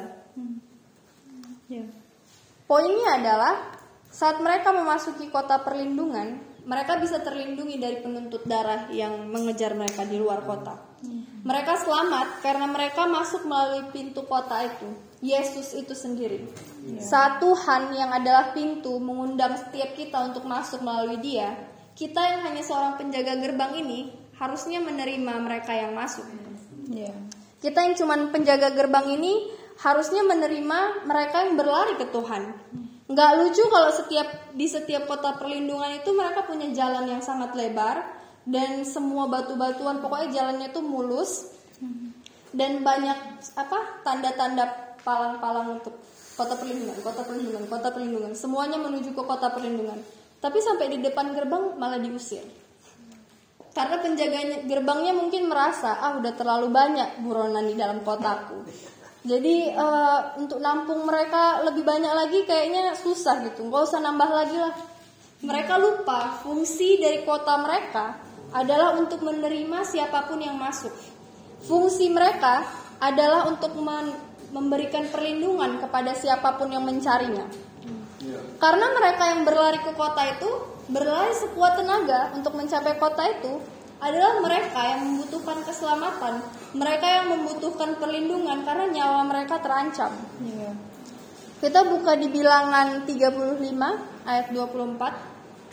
Poinnya adalah saat mereka memasuki kota perlindungan, mereka bisa terlindungi dari penuntut darah yang mengejar mereka di luar kota. Mereka selamat karena mereka masuk melalui pintu kota itu, Yesus itu sendiri. Saat Tuhan yang adalah pintu mengundang setiap kita untuk masuk melalui Dia, kita yang hanya seorang penjaga gerbang ini harusnya menerima mereka yang masuk. Kita yang cuman penjaga gerbang ini harusnya menerima mereka yang berlari ke Tuhan. Nggak lucu kalau di setiap kota perlindungan itu mereka punya jalan yang sangat lebar dan semua batu-batuan, pokoknya jalannya tuh mulus dan banyak tanda-tanda palang-palang untuk kota perlindungan. Semuanya menuju ke kota perlindungan. Tapi sampai di depan gerbang malah diusir. Karena penjaga gerbangnya mungkin merasa, udah terlalu banyak buronan di dalam kotaku. Jadi untuk nampung mereka lebih banyak lagi kayaknya susah gitu. Gak usah nambah lagi lah. Mereka lupa fungsi dari kota mereka adalah untuk menerima siapapun yang masuk. Fungsi mereka adalah untuk memberikan perlindungan kepada siapapun yang mencarinya. Karena mereka yang berlari ke kota itu berlari sekuat tenaga untuk mencapai kota itu adalah mereka yang membutuhkan keselamatan, mereka yang membutuhkan perlindungan karena nyawa mereka terancam. Kita buka di Bilangan 35 ayat 24.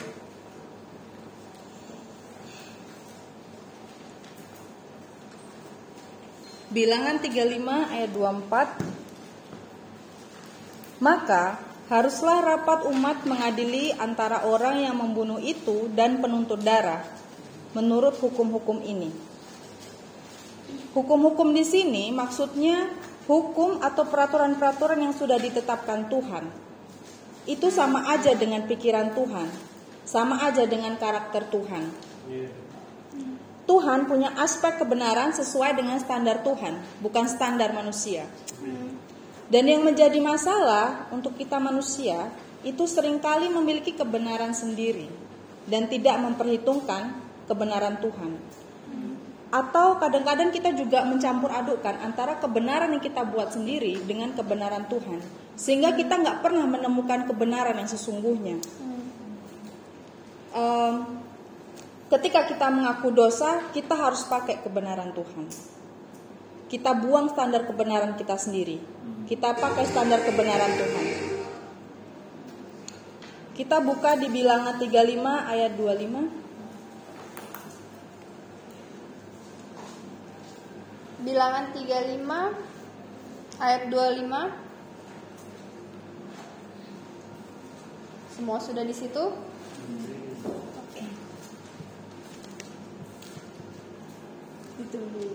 Bilangan 35 ayat 24. Maka haruslah rapat umat mengadili antara orang yang membunuh itu dan penuntut darah menurut hukum-hukum ini. Hukum-hukum di sini maksudnya hukum atau peraturan-peraturan yang sudah ditetapkan Tuhan. Itu sama aja dengan pikiran Tuhan. sama aja dengan karakter Tuhan. Tuhan punya aspek kebenaran sesuai dengan standar Tuhan, bukan standar manusia. Dan yang menjadi masalah untuk kita manusia itu seringkali memiliki kebenaran sendiri dan tidak memperhitungkan kebenaran Tuhan. Atau kadang-kadang kita juga mencampur adukkan antara kebenaran yang kita buat sendiri dengan kebenaran Tuhan, sehingga kita nggak pernah menemukan kebenaran yang sesungguhnya. Ketika kita mengaku dosa, kita harus pakai kebenaran Tuhan. Kita buang standar kebenaran kita sendiri, kita pakai standar kebenaran Tuhan. Kita buka di Bilangan 35 ayat 25. Bilangan 35 ayat 25. Semua sudah di situ? Oke. Itu dulu.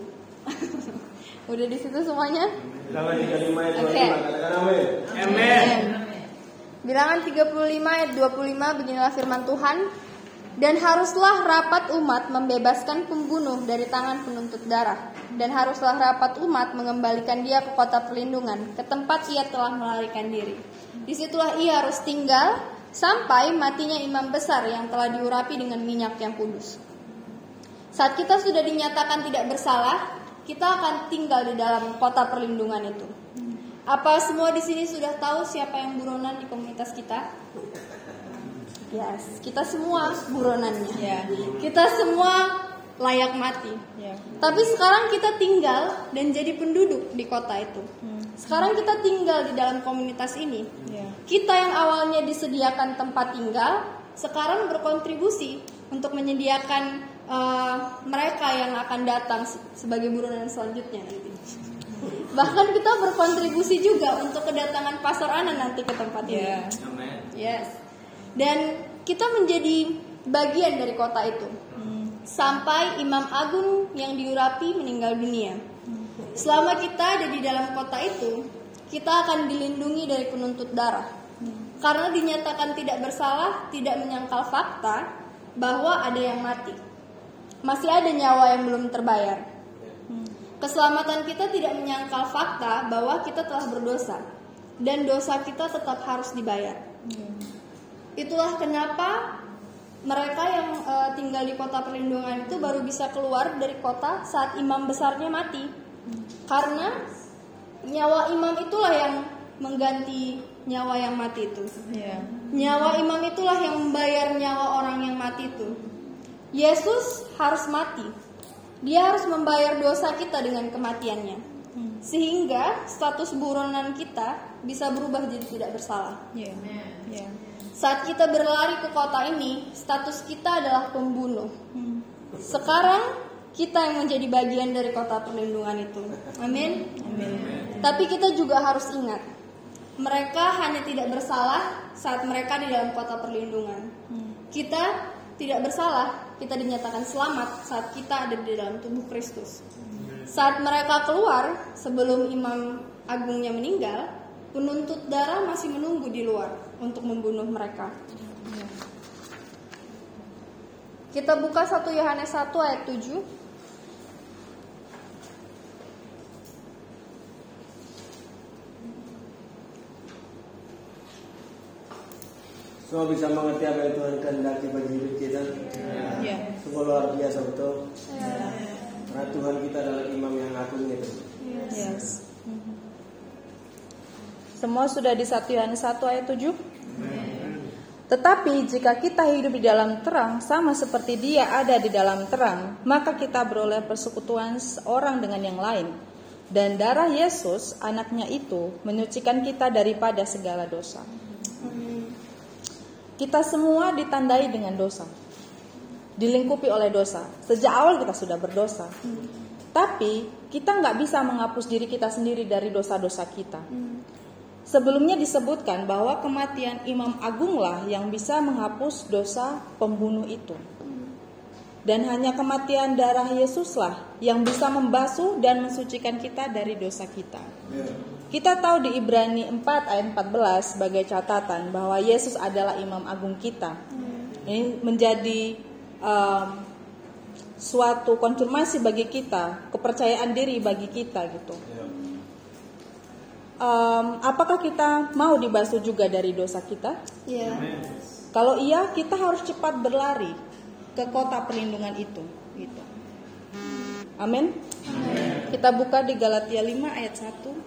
Udah di situ semuanya? Bilangan 35 ayat 25. Oke. Katakan amin. Amin. Bilangan 35 ayat 25 beginilah firman Tuhan. Dan haruslah rapat umat membebaskan pembunuh dari tangan penuntut darah. Dan haruslah rapat umat mengembalikan dia ke kota perlindungan, ke tempat ia telah melarikan diri. Disitulah ia harus tinggal sampai matinya imam besar yang telah diurapi dengan minyak yang kudus. Saat kita sudah dinyatakan tidak bersalah, kita akan tinggal di dalam kota perlindungan itu. Apa semua di sini sudah tahu siapa yang buronan di komunitas kita? Yes, kita semua buronannya. Ya. Kita semua layak mati. Ya. Tapi sekarang kita tinggal dan jadi penduduk di kota itu. Sekarang kita tinggal di dalam komunitas ini. Ya. Kita yang awalnya disediakan tempat tinggal, sekarang berkontribusi untuk menyediakan mereka yang akan datang sebagai buronan selanjutnya nanti. Bahkan kita berkontribusi juga untuk kedatangan Pastor Ana nanti ke tempat ini. Ya. Yes. Dan kita menjadi bagian dari kota itu. Sampai Imam Agung yang diurapi meninggal dunia. Selama kita ada di dalam kota itu, kita akan dilindungi dari penuntut darah. Karena dinyatakan tidak bersalah, tidak menyangkal fakta bahwa ada yang mati. Masih ada nyawa yang belum terbayar. Keselamatan kita tidak menyangkal fakta bahwa kita telah berdosa. Dan dosa kita tetap harus dibayar. Itulah kenapa mereka yang tinggal di kota perlindungan itu baru bisa keluar dari kota saat imam besarnya mati. Karena nyawa imam itulah yang mengganti nyawa yang mati itu. Ya. Nyawa imam itulah yang membayar nyawa orang yang mati itu. Yesus harus mati. Dia harus membayar dosa kita dengan kematiannya. Sehingga status buronan kita bisa berubah jadi tidak bersalah. Ya. Ya. Saat kita berlari ke kota ini, status kita adalah pembunuh. Sekarang kita yang menjadi bagian dari kota perlindungan itu. Amin. Amin. Tapi kita juga harus ingat, mereka hanya tidak bersalah saat mereka di dalam kota perlindungan. Kita tidak bersalah, kita dinyatakan selamat saat kita ada di dalam tubuh Kristus. Saat mereka keluar sebelum imam agungnya meninggal, penuntut darah masih menunggu di luar untuk membunuh mereka. Kita buka 1 Yohanes 1 ayat 7. Semua bisa mengerti apa yang Tuhan kehendaki bagi hidup kita. Ya. Semua luar biasa betul. Ya. Karena Tuhan kita adalah imam yang agung itu. Yes. Semua sudah di 1 Yohanes 1 ayat 7. Tetapi jika kita hidup di dalam terang sama seperti Dia ada di dalam terang, maka kita beroleh persekutuan seorang dengan yang lain. Dan darah Yesus, anaknya itu, menyucikan kita daripada segala dosa. Kita semua ditandai dengan dosa, dilingkupi oleh dosa. Sejak awal kita sudah berdosa. Tapi kita nggak bisa menghapus diri kita sendiri dari dosa-dosa kita. Sebelumnya disebutkan bahwa kematian Imam Agunglah yang bisa menghapus dosa pembunuh itu. Dan hanya kematian darah Yesuslah yang bisa membasuh dan mensucikan kita dari dosa kita. Kita tahu di Ibrani 4 ayat 14 sebagai catatan bahwa Yesus adalah Imam Agung kita. Ini menjadi suatu konfirmasi bagi kita, kepercayaan diri bagi kita gitu. Apakah kita mau dibasuh juga dari dosa kita? Ya. Kalau iya, kita harus cepat berlari ke kota perlindungan itu gitu. Amin. Kita buka di Galatia 5 ayat 1.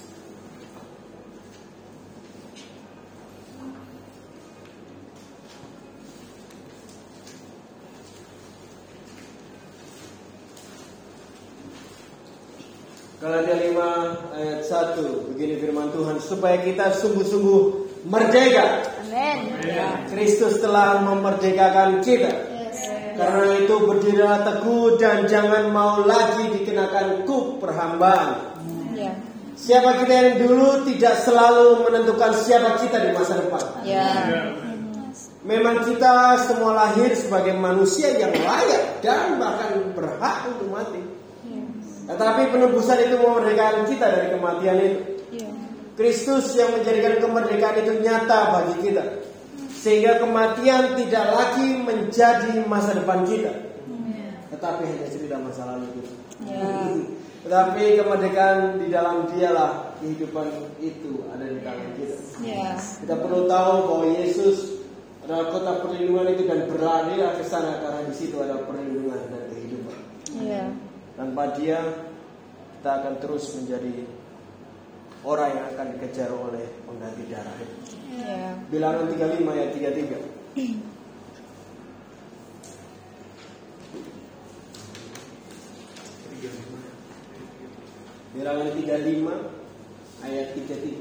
Galatia 5 ayat 1, begini firman Tuhan, supaya kita sungguh-sungguh merdeka. Amin. Kristus telah memerdekakan kita. Karena itu berdirilah teguh dan jangan mau lagi dikenakan kuk perhambaan. Ya. Siapa kita yang dulu tidak selalu menentukan siapa kita di masa depan. Ya. Memang kita semua lahir sebagai manusia yang layak dan bahkan berhak untuk mati. Tetapi penebusan itu memerdekakan kita dari kematian itu. Kristus yang menjadikan kemerdekaan itu nyata bagi kita, sehingga kematian tidak lagi menjadi masa depan kita, tetapi hanya cerita masa lalu kita. Tetapi kemerdekaan di dalam Dialah kehidupan itu ada di tangan kita. Kita perlu tahu bahwa Yesus adalah kota perlindungan itu dan berlarilah ke sana karena di situ ada perlindungan dan kehidupan. Tanpa Dia kita akan terus menjadi orang yang akan dikejar oleh pengganti darah. Bilangan 35 ayat 33. Bilangan 35 ayat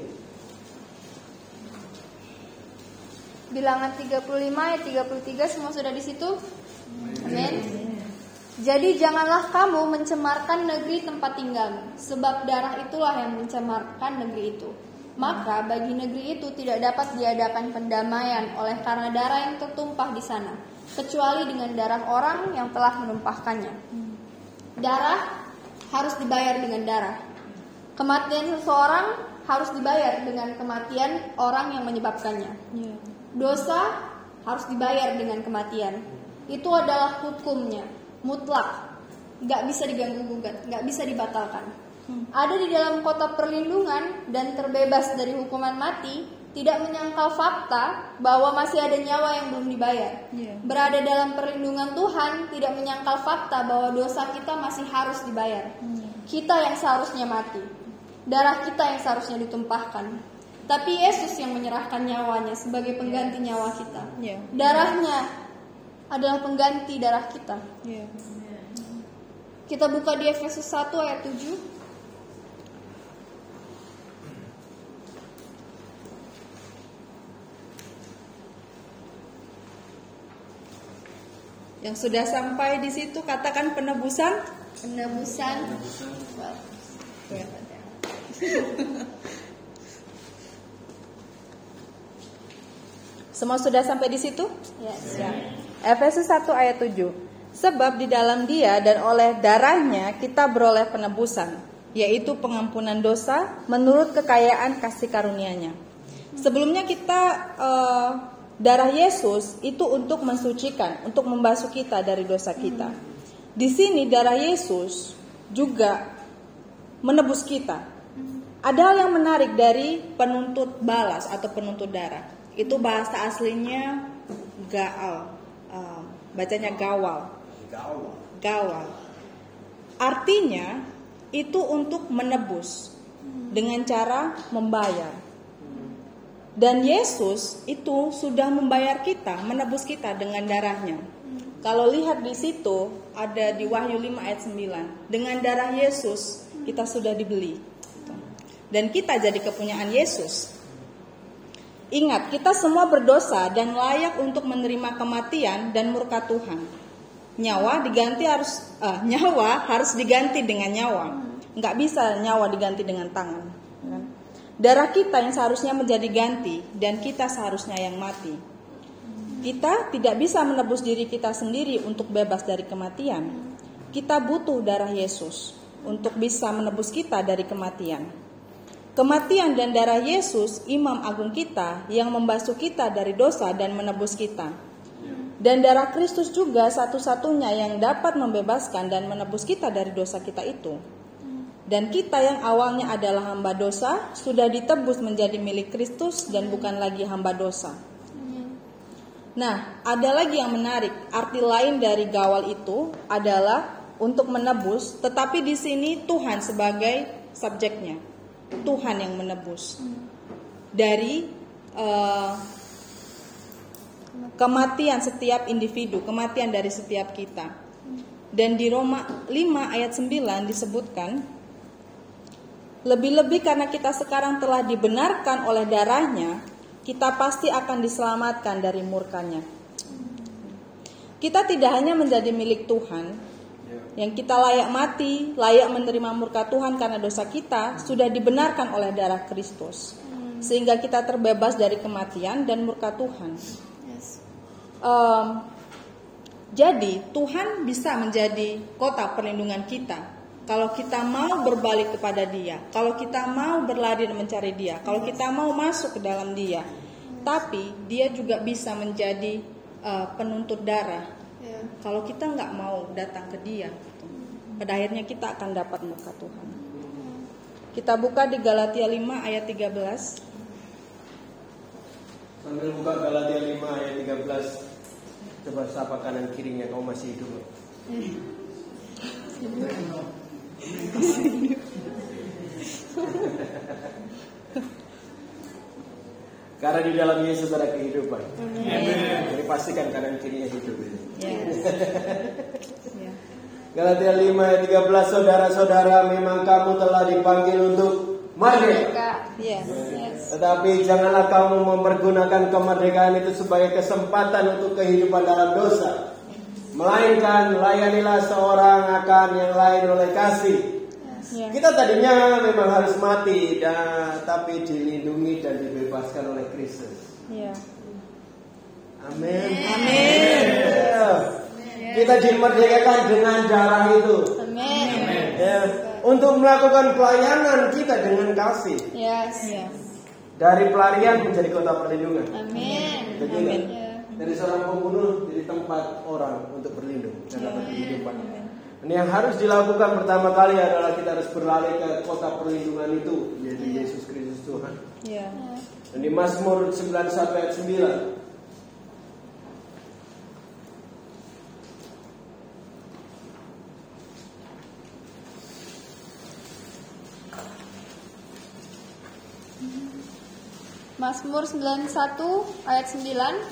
33. Bilangan 35 ayat 33, semua sudah di situ? Amin. Jadi janganlah kamu mencemarkan negeri tempat tinggalmu, sebab darah itulah yang mencemarkan negeri itu. Maka bagi negeri itu tidak dapat diadakan pendamaian oleh karena darah yang tertumpah di sana, kecuali dengan darah orang yang telah menumpahkannya. Darah harus dibayar dengan darah. Kematian seseorang harus dibayar dengan kematian orang yang menyebabkannya. Dosa harus dibayar dengan kematian. Itu adalah hukumnya, mutlak, nggak bisa diganggu gugat, nggak bisa dibatalkan. Ada di dalam kota perlindungan dan terbebas dari hukuman mati, tidak menyangkal fakta bahwa masih ada nyawa yang belum dibayar. Berada dalam perlindungan Tuhan tidak menyangkal fakta bahwa dosa kita masih harus dibayar. Kita yang seharusnya mati, darah kita yang seharusnya ditumpahkan, tapi Yesus yang menyerahkan nyawanya sebagai pengganti nyawa kita. Darahnya adalah pengganti darah kita. Kita buka di Efesus 1 ayat 7. Yang sudah sampai di situ katakan penebusan. Semua sudah sampai di situ? Ya. Efesus 1 ayat 7. Sebab di dalam Dia dan oleh darahnya kita beroleh penebusan, yaitu pengampunan dosa menurut kekayaan kasih karunia-Nya. Sebelumnya kita darah Yesus itu untuk mensucikan, untuk membasuh kita dari dosa kita. Di sini darah Yesus juga menebus kita. Ada hal yang menarik dari penuntut balas atau penuntut darah. Itu bahasa aslinya gaal. Bacanya gawal. Artinya itu untuk menebus dengan cara membayar. Dan Yesus itu sudah membayar kita, menebus kita dengan darahnya. Kalau lihat di situ ada di Wahyu 5 ayat 9. Dengan darah Yesus kita sudah dibeli. Dan kita jadi kepunyaan Yesus. Ingat, kita semua berdosa dan layak untuk menerima kematian dan murka Tuhan. Nyawa harus diganti dengan nyawa. Enggak bisa nyawa diganti dengan tangan. Darah kita yang seharusnya menjadi ganti dan kita seharusnya yang mati. Kita tidak bisa menebus diri kita sendiri untuk bebas dari kematian. Kita butuh darah Yesus untuk bisa menebus kita dari kematian. Kematian dan darah Yesus, Imam Agung kita yang membasuh kita dari dosa dan menebus kita. Dan darah Kristus juga satu-satunya yang dapat membebaskan dan menebus kita dari dosa kita itu. Dan kita yang awalnya adalah hamba dosa sudah ditebus menjadi milik Kristus dan bukan lagi hamba dosa. Nah, ada lagi yang menarik. Arti lain dari gawal itu adalah untuk menebus, tetapi di sini Tuhan sebagai subjeknya. Tuhan yang menebus dari kematian setiap individu, kematian dari setiap kita. Dan di Roma 5 ayat 9 disebutkan, lebih-lebih karena kita sekarang telah dibenarkan oleh darahnya, kita pasti akan diselamatkan dari murkanya. Kita tidak hanya menjadi milik Tuhan, yang kita layak mati, layak menerima murka Tuhan karena dosa kita, sudah dibenarkan oleh darah Kristus. Sehingga kita terbebas dari kematian dan murka Tuhan. Jadi Tuhan bisa menjadi kota perlindungan kita kalau kita mau berbalik kepada Dia, kalau kita mau berlari dan mencari Dia, kalau kita mau masuk ke dalam Dia. Tapi Dia juga bisa menjadi penuntut darah kalau kita nggak mau datang ke Dia. Pada akhirnya kita akan dapat murka Tuhan. Kita buka di Galatia 5 ayat 13. Sambil buka Galatia 5 ayat 13. Coba sapa kanan kirinya, kamu masih hidup. Karena di dalam Yesus ada kehidupan. Jadi pastikan kanan kirinya hidup. Galatia 5 ayat 13, saudara-saudara, memang kamu telah dipanggil untuk merdeka. Tetapi janganlah kamu mempergunakan kemerdekaan itu sebagai kesempatan untuk kehidupan dalam dosa. Melainkan layanilah seorang akan yang lain oleh kasih. Kita tadinya memang harus mati, tapi dilindungi dan dibebaskan oleh Kristus. Amin. Kita dimerdekakan dengan darah itu. Untuk melakukan pelayanan kita dengan kasih. Dari pelarian menjadi kota perlindungan. Amin. Dari seorang pembunuh jadi tempat orang untuk berlindung dan dapat kehidupan. Ini yang harus dilakukan pertama kali adalah kita harus berlari ke kota perlindungan itu, yaitu Yesus Kristus Tuhan. Dan di Mazmur 91 ayat 9. Mazmur 91 ayat 9.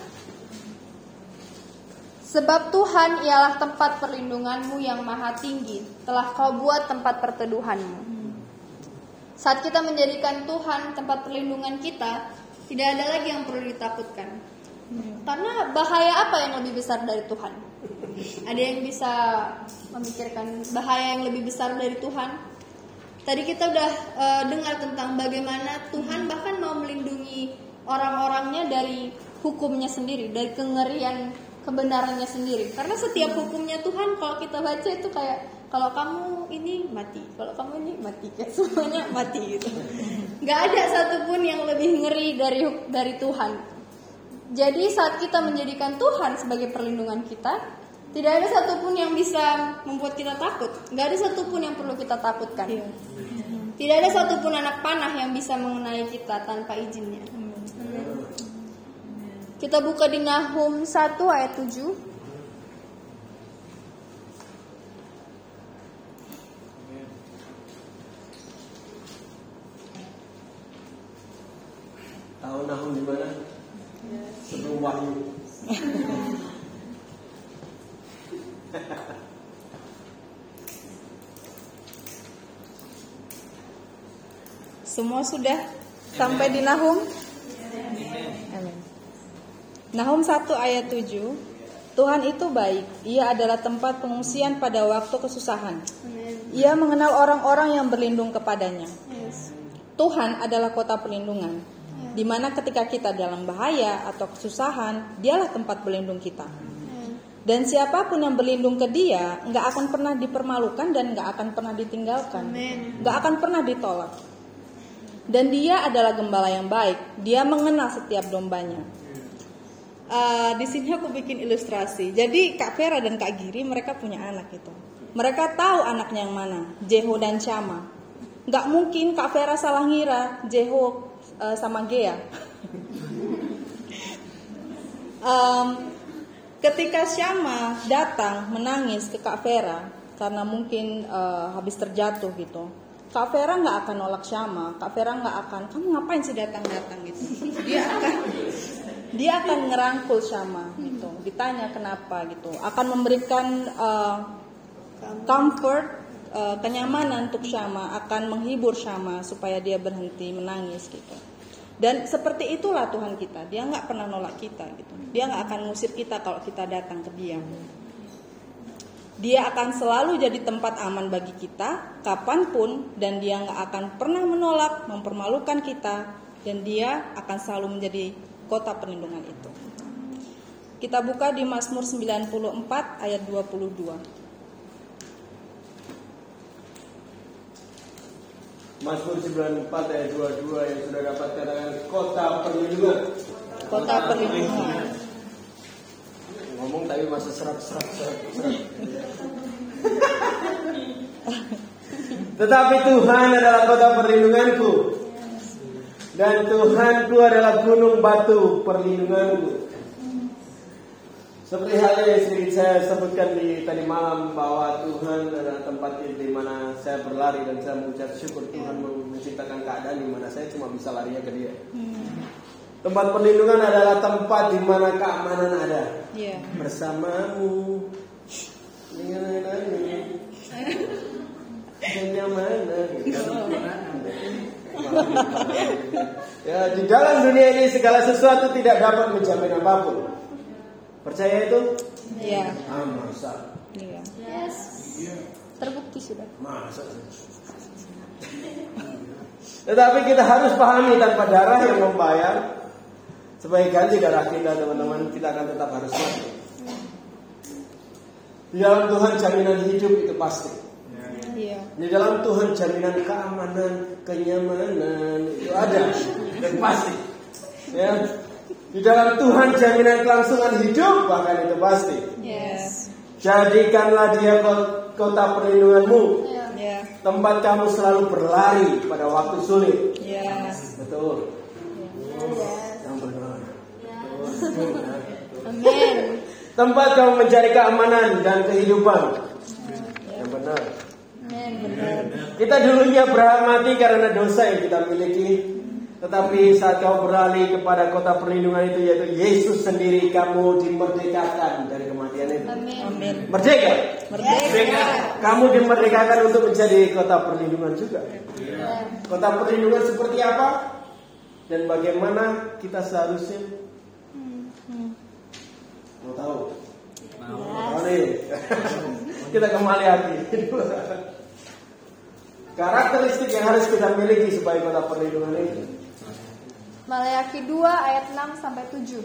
Sebab Tuhan ialah tempat perlindunganmu yang maha tinggi, telah kau buat tempat perteduhanmu. Saat kita menjadikan Tuhan tempat perlindungan kita, tidak ada lagi yang perlu ditakutkan. Karena bahaya apa yang lebih besar dari Tuhan? Ada yang bisa memikirkan bahaya yang lebih besar dari Tuhan? Tadi kita udah dengar tentang bagaimana Tuhan bahkan mau melindungi orang-orangnya dari hukumnya sendiri, dari kengerian kebenarannya sendiri. Karena setiap hukumnya Tuhan kalau kita baca itu kayak kalau kamu ini mati, kalau kamu ini mati, kayak semuanya mati gitu. Gak ada satupun yang lebih ngeri dari Tuhan. Jadi saat kita menjadikan Tuhan sebagai perlindungan kita, tidak ada satupun yang bisa membuat kita takut. Gak ada satupun yang perlu kita takutkan. Tidak ada satupun anak panah yang bisa mengenai kita tanpa izinnya. Kita buka di Nahum 1 ayat 7. Tahu Nahum di mana? Sebelum Wahyu. Semua sudah sampai di Nahum? Amin. Nahum 1 ayat 7. Tuhan itu baik, Ia adalah tempat pengungsian pada waktu kesusahan. Ia mengenal orang-orang yang berlindung kepadanya. Tuhan adalah kota perlindungan, di mana ketika kita dalam bahaya atau kesusahan, Dialah tempat berlindung kita. Dan siapapun yang berlindung ke Dia nggak akan pernah dipermalukan dan nggak akan pernah ditinggalkan, nggak akan pernah ditolak. Dan Dia adalah gembala yang baik, Dia mengenal setiap dombanya. Di sini aku bikin ilustrasi. Jadi Kak Vera dan Kak Giri mereka punya anak gitu. Mereka tahu anaknya yang mana, Jeho dan Syama. Nggak mungkin Kak Vera salah ngira Jeho sama Gea. Ketika Syama datang menangis ke Kak Vera karena mungkin habis terjatuh gitu, Kak Vera nggak akan nolak Syama. Kak Vera nggak akan, kamu ngapain sih datang-datang gitu. Dia akan ngerangkul Syama gitu. Ditanya kenapa gitu, akan memberikan comfort, kenyamanan untuk Syama, akan menghibur Syama supaya dia berhenti menangis gitu. Dan seperti itulah Tuhan kita, dia nggak pernah nolak kita gitu. Dia nggak akan ngusir kita kalau kita datang ke dia. Dia akan selalu jadi tempat aman bagi kita kapanpun, dan dia nggak akan pernah menolak, mempermalukan kita, dan dia akan selalu menjadi kota perlindungan itu. Kita buka di Mazmur 94 ayat 22. Mazmur 94 ayat 22 yang sudah dapat katakan kota perlindungan. Kota perlindungan. Ngomong tapi masa serak. Tetapi Tuhan adalah kota perlindunganku, dan Tuhanku adalah gunung batu perlindunganku. Seperti halnya yang sedikit saya sebutkan di tadi malam, bahwa Tuhan adalah tempat di mana saya berlari dan saya mengucap syukur Tuhan menciptakan keadaan di mana saya cuma bisa larinya ke Dia. Tempat perlindungan adalah tempat di mana keamanan ada. Bersamamu, kenyamanan. Ya, di dalam dunia ini segala sesuatu tidak dapat menjamin apapun. Percaya itu? Iya. Masa? Iya. Yes. Terbukti sudah. Masa? Tetapi kita harus pahami, tanpa darah yang membayar sebagai ganti darah kita, teman-teman, kita akan tetap harus mati. Di dalam Tuhan jaminan hidup itu pasti. Iya. Di dalam Tuhan jaminan keamanan, kenyamanan itu ada dan pasti. Ya. Di dalam Tuhan jaminan kelangsungan hidup bahkan itu pasti. Yes. Jadikanlah Dia kota perlindunganmu. Yeah. Tempat kamu selalu berlari pada waktu sulit. Yes. Betul. Yes. Yang benar. Amin. Tempat kamu mencari keamanan dan kehidupan. Yang benar. Amin, benar. Kita dulunya berhak mati karena dosa yang kita miliki. Tetapi saat kau beralih kepada kota perlindungan itu, yaitu Yesus sendiri, kamu dimerdekakan dari kematian itu. Amin. Merdeka. Merdeka. Kamu dimerdekakan untuk menjadi kota perlindungan juga. Kota perlindungan seperti apa? Dan bagaimana kita seharusnya? Mau tahu? Mau nih? Kita kembali lagi. Karakteristik yang harus kita miliki supaya kota perlindungan ini. Maleakhi 2 ayat 6 sampai 7.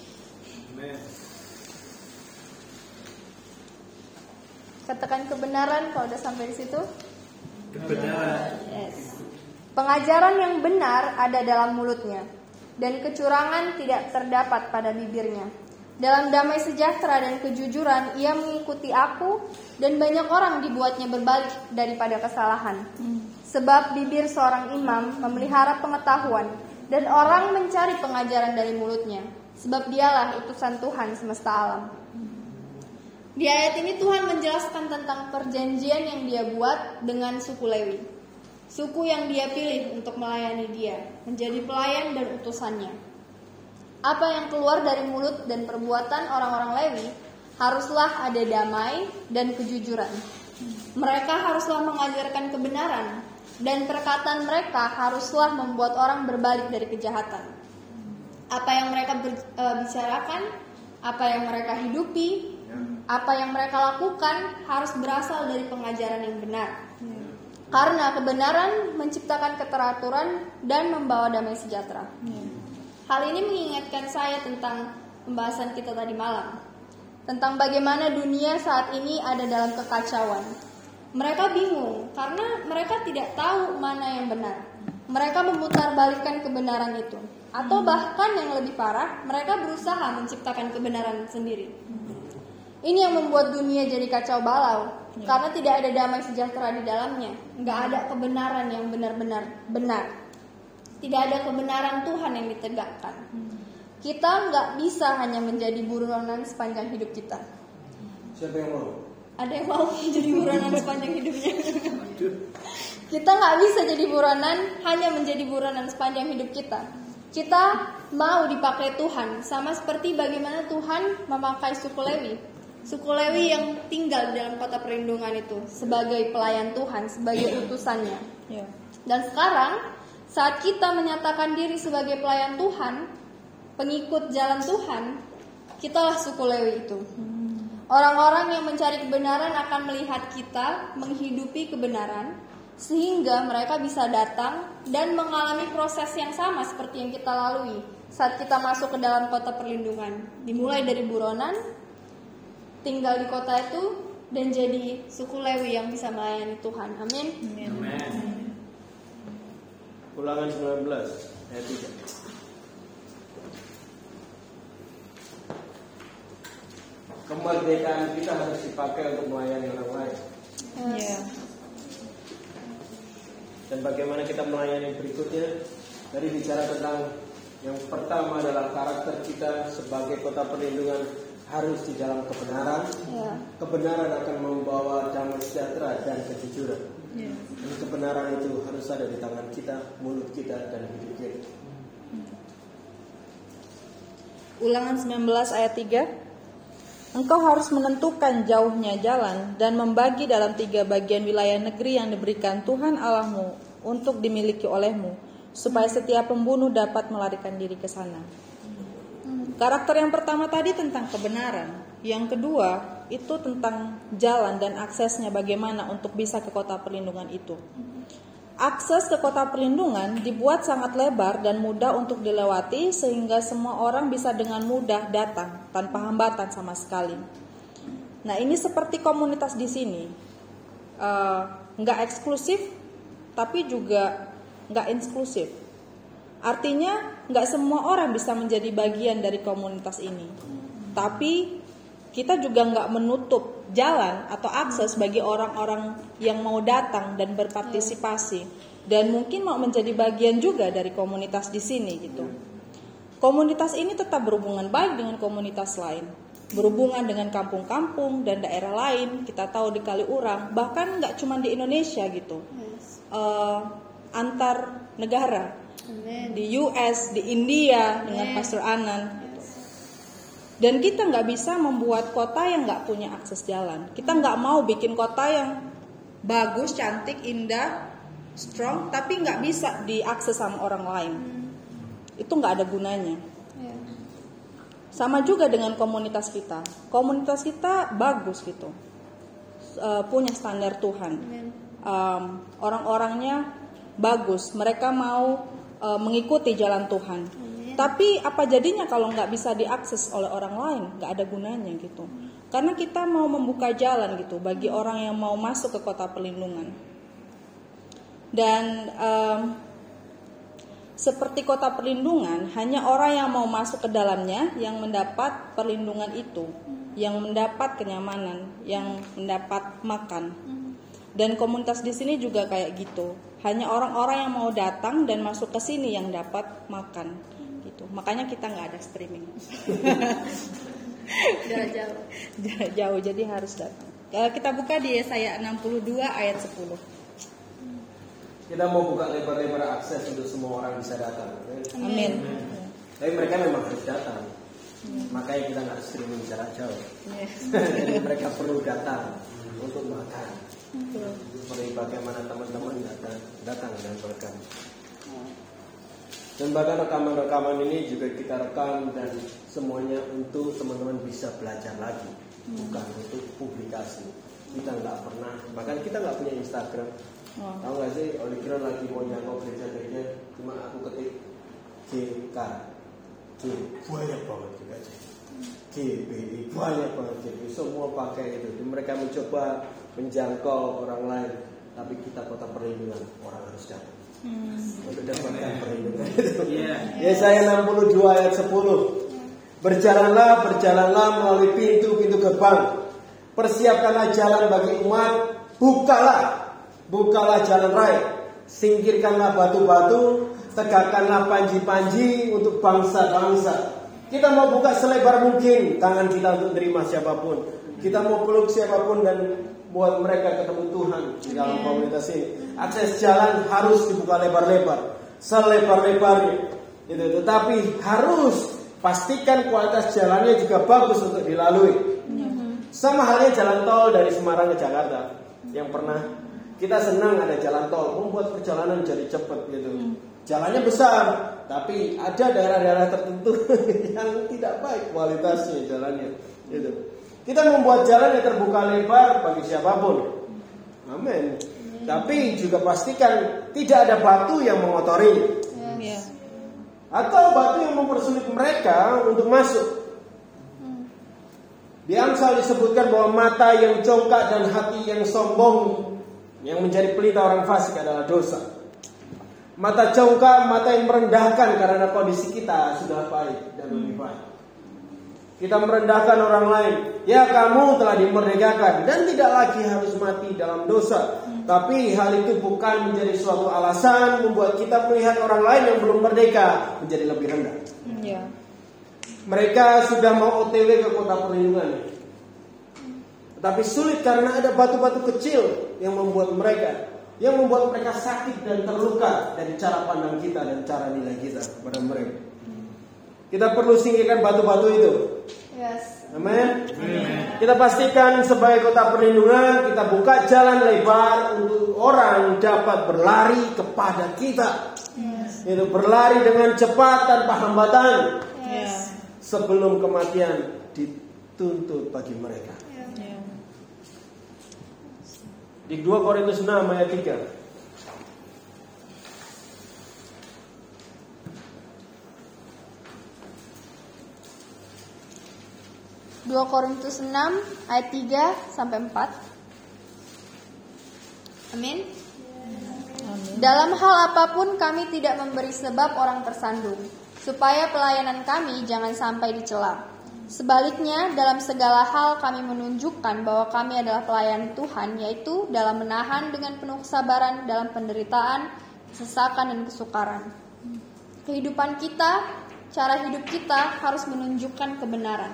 Katakan kebenaran kalau udah sampai di situ. Kebenaran. Yes. Pengajaran yang benar ada dalam mulutnya, dan kecurangan tidak terdapat pada bibirnya. Dalam damai sejahtera dan kejujuran ia mengikuti aku, dan banyak orang dibuatnya berbalik daripada kesalahan. Sebab bibir seorang imam memelihara pengetahuan, dan orang mencari pengajaran dari mulutnya, sebab dialah utusan Tuhan semesta alam. Di ayat ini Tuhan menjelaskan tentang perjanjian yang Dia buat dengan suku Lewi, suku yang Dia pilih untuk melayani Dia, menjadi pelayan dan utusannya. Apa yang keluar dari mulut dan perbuatan orang-orang Lewi haruslah ada damai dan kejujuran. Mereka haruslah mengajarkan kebenaran, dan perkataan mereka haruslah membuat orang berbalik dari kejahatan. Apa yang mereka bicarakan, apa yang mereka hidupi, apa yang mereka lakukan harus berasal dari pengajaran yang benar. Karena kebenaran menciptakan keteraturan dan membawa damai sejahtera. Hal ini mengingatkan saya tentang pembahasan kita tadi malam, tentang bagaimana dunia saat ini ada dalam kekacauan. Mereka bingung karena mereka tidak tahu mana yang benar. mereka memutarbalikkan kebenaran itu. Atau bahkan yang lebih parah, mereka berusaha menciptakan kebenaran sendiri. Ini yang membuat dunia jadi kacau balau, karena tidak ada damai sejahtera di dalamnya. Nggak ada kebenaran yang benar-benar benar. Tidak ada kebenaran Tuhan yang ditegakkan. Kita nggak bisa hanya menjadi buronan sepanjang hidup kita. Siapa yang mau? Ada yang mau jadi buronan sepanjang hidupnya? Kita nggak bisa jadi buronan, hanya menjadi buronan sepanjang hidup kita. Kita mau dipakai Tuhan, sama seperti bagaimana Tuhan memakai suku Lewi. Suku Lewi yang tinggal di dalam kota perlindungan itu sebagai pelayan Tuhan, sebagai utusannya. Dan sekarang saat kita menyatakan diri sebagai pelayan Tuhan, pengikut jalan Tuhan, kitalah suku Lewi itu. Orang-orang yang mencari kebenaran akan melihat kita menghidupi kebenaran, sehingga mereka bisa datang dan mengalami proses yang sama seperti yang kita lalui saat kita masuk ke dalam kota perlindungan. Dimulai dari buronan, tinggal di kota itu, dan jadi suku Lewi yang bisa melayani Tuhan. Amin. Amin. Ulangan 19 ayat 3. Kemerdekaan kita harus dipakai untuk melayani orang lain. Dan bagaimana kita melayani berikutnya? Dari bicara tentang yang pertama adalah karakter kita sebagai kota perlindungan harus di dalam kebenaran. Kebenaran akan membawa damai sejahtera dan kejujuran. Dan kebenaran itu harus ada di tangan kita, mulut kita, dan hidup kita. Ulangan 19 ayat 3. Engkau harus menentukan jauhnya jalan dan membagi dalam 3 bagian wilayah negeri yang diberikan Tuhan Allahmu untuk dimiliki olehmu, supaya setiap pembunuh dapat melarikan diri ke sana. Karakter yang pertama tadi tentang kebenaran, yang kedua itu tentang jalan dan aksesnya bagaimana untuk bisa ke kota perlindungan itu. Akses ke kota perlindungan dibuat sangat lebar dan mudah untuk dilewati sehingga semua orang bisa dengan mudah datang tanpa hambatan sama sekali. Nah, ini seperti komunitas di sini, nggak eksklusif tapi juga nggak inklusif. Artinya nggak semua orang bisa menjadi bagian dari komunitas ini. Tapi kita juga nggak menutup jalan atau akses bagi orang-orang yang mau datang dan berpartisipasi dan mungkin mau menjadi bagian juga dari komunitas di sini gitu. Komunitas ini tetap berhubungan baik dengan komunitas lain, berhubungan dengan kampung-kampung dan daerah lain. Kita tahu di Kaliurang, bahkan nggak cuma di Indonesia gitu, antar negara. Di US, di India dengan Pastor Anan gitu. Dan kita nggak bisa membuat kota yang nggak punya akses jalan. Kita nggak mau bikin kota yang bagus, cantik, indah, strong, tapi nggak bisa diakses sama orang lain. Itu nggak ada gunanya. Sama juga dengan komunitas kita. Komunitas kita bagus gitu, punya standar Tuhan. Orang-orangnya bagus, mereka mau mengikuti jalan Tuhan. Tapi apa jadinya kalau nggak bisa diakses oleh orang lain? Nggak ada gunanya gitu. Karena kita mau membuka jalan gitu bagi orang yang mau masuk ke kota perlindungan. Dan seperti kota perlindungan, hanya orang yang mau masuk ke dalamnya yang mendapat perlindungan itu, yang mendapat kenyamanan, yang mendapat makan. Dan komunitas di sini juga kayak gitu. Hanya orang-orang yang mau datang dan masuk ke sini yang dapat makan gitu. Makanya kita nggak ada streaming. Jarak jauh, jadi harus datang. Kita buka di Yesaya 62 ayat 10. Kita mau buka lebar-lebar akses untuk semua orang bisa datang. Amin. Tapi mereka memang harus datang. Makanya kita nggak streaming jarak jauh. Jadi mereka perlu datang untuk makan. Seperti bagaimana teman-teman datang dan berekam. Dan bahkan rekaman-rekaman ini juga kita rekam dan semuanya untuk teman-teman bisa belajar lagi, bukan untuk publikasi. Kita nggak pernah, bahkan kita nggak punya Instagram. Tahu nggak sih, Olikron lagi mau nyangkau gereja-gereja, cuma aku ketik JK, J banyak banget juga J, JBI banyak banget JB, semua pakai itu. Mereka mencoba menjangkau orang lain, tapi kita kota perlindungan, orang harus datang. untuk dapatkan perlindungan. Yesaya 62 ayat 10. Berjalanlah melalui pintu-pintu gerbang. Persiapkanlah jalan bagi umat. Bukalah jalan raya. Singkirkanlah batu-batu. Tegakkanlah panji-panji untuk bangsa-bangsa. Kita mau buka selebar mungkin tangan kita untuk menerima siapapun. Kita mau peluk siapapun dan buat mereka ketemu Tuhan di dalam komunitas ini. Akses jalan harus dibuka lebar-lebar, selebar-lebarnya. Tetapi harus pastikan kualitas jalannya juga bagus untuk dilalui. Sama halnya jalan tol dari Semarang ke Jakarta. Yang pernah kita senang ada jalan tol, membuat perjalanan jadi cepat gitu. Jalannya besar, tapi ada daerah-daerah tertentu yang tidak baik kualitasnya jalannya. Gitu. Kita membuat jalan yang terbuka lebar bagi siapapun. Amin. Tapi juga pastikan tidak ada batu yang mengotori. Atau batu yang mempersulit mereka untuk masuk. Di Amsal disebutkan bahwa mata yang congkak dan hati yang sombong yang menjadi pelita orang fasik adalah dosa. Mata congkak, mata yang merendahkan karena kondisi kita sudah baik dan lebih baik. Kita merendahkan orang lain. Ya, kamu telah dimerdekakan dan tidak lagi harus mati dalam dosa. Tapi hal itu bukan menjadi suatu alasan membuat kita melihat orang lain yang belum merdeka menjadi lebih rendah. Mereka sudah mau OTW ke kota perlindungan. Tetapi sulit karena ada batu-batu kecil yang membuat mereka sakit dan terluka dari cara pandang kita dan cara nilai kita kepada mereka. Kita perlu singkirkan batu-batu itu. Amin. Kita pastikan sebagai kota perlindungan kita buka jalan lebar untuk orang dapat berlari kepada kita. Itu berlari dengan cepat tanpa hambatan. Sebelum kematian dituntut bagi mereka. Di 2 Korintus 6 ayat 3. 2 Korintus 6 ayat 3 sampai 4. Amin. Dalam hal apapun kami tidak memberi sebab orang tersandung, supaya pelayanan kami jangan sampai dicela. Sebaliknya, dalam segala hal kami menunjukkan bahwa kami adalah pelayan Tuhan, yaitu dalam menahan dengan penuh kesabaran dalam penderitaan, kesesakan dan kesukaran. Kehidupan kita, cara hidup kita harus menunjukkan kebenaran,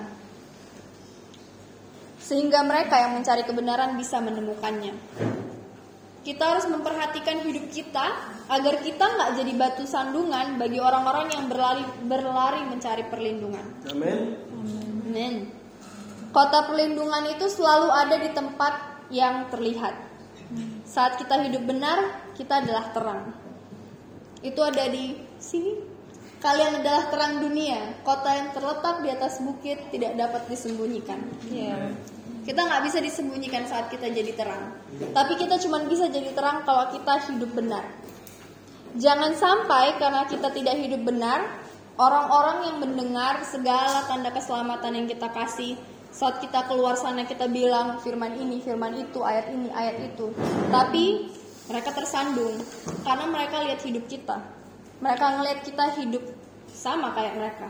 sehingga mereka yang mencari kebenaran bisa menemukannya. Kita harus memperhatikan hidup kita agar kita nggak jadi batu sandungan bagi orang-orang yang berlari mencari perlindungan. Amin. Amin. Kota perlindungan itu selalu ada di tempat yang terlihat. Saat kita hidup benar, kita adalah terang. Itu ada di sini. Kalian adalah terang dunia. Kota yang terletak di atas bukit tidak dapat disembunyikan. Kita nggak bisa disembunyikan saat kita jadi terang. Tapi kita cuma bisa jadi terang kalau kita hidup benar. Jangan sampai karena kita tidak hidup benar, orang-orang yang mendengar segala tanda keselamatan yang kita kasih, saat kita keluar sana kita bilang firman ini, firman itu, ayat ini, ayat itu. Tapi mereka tersandung karena mereka lihat hidup kita. Mereka ngelihat kita hidup sama kayak mereka.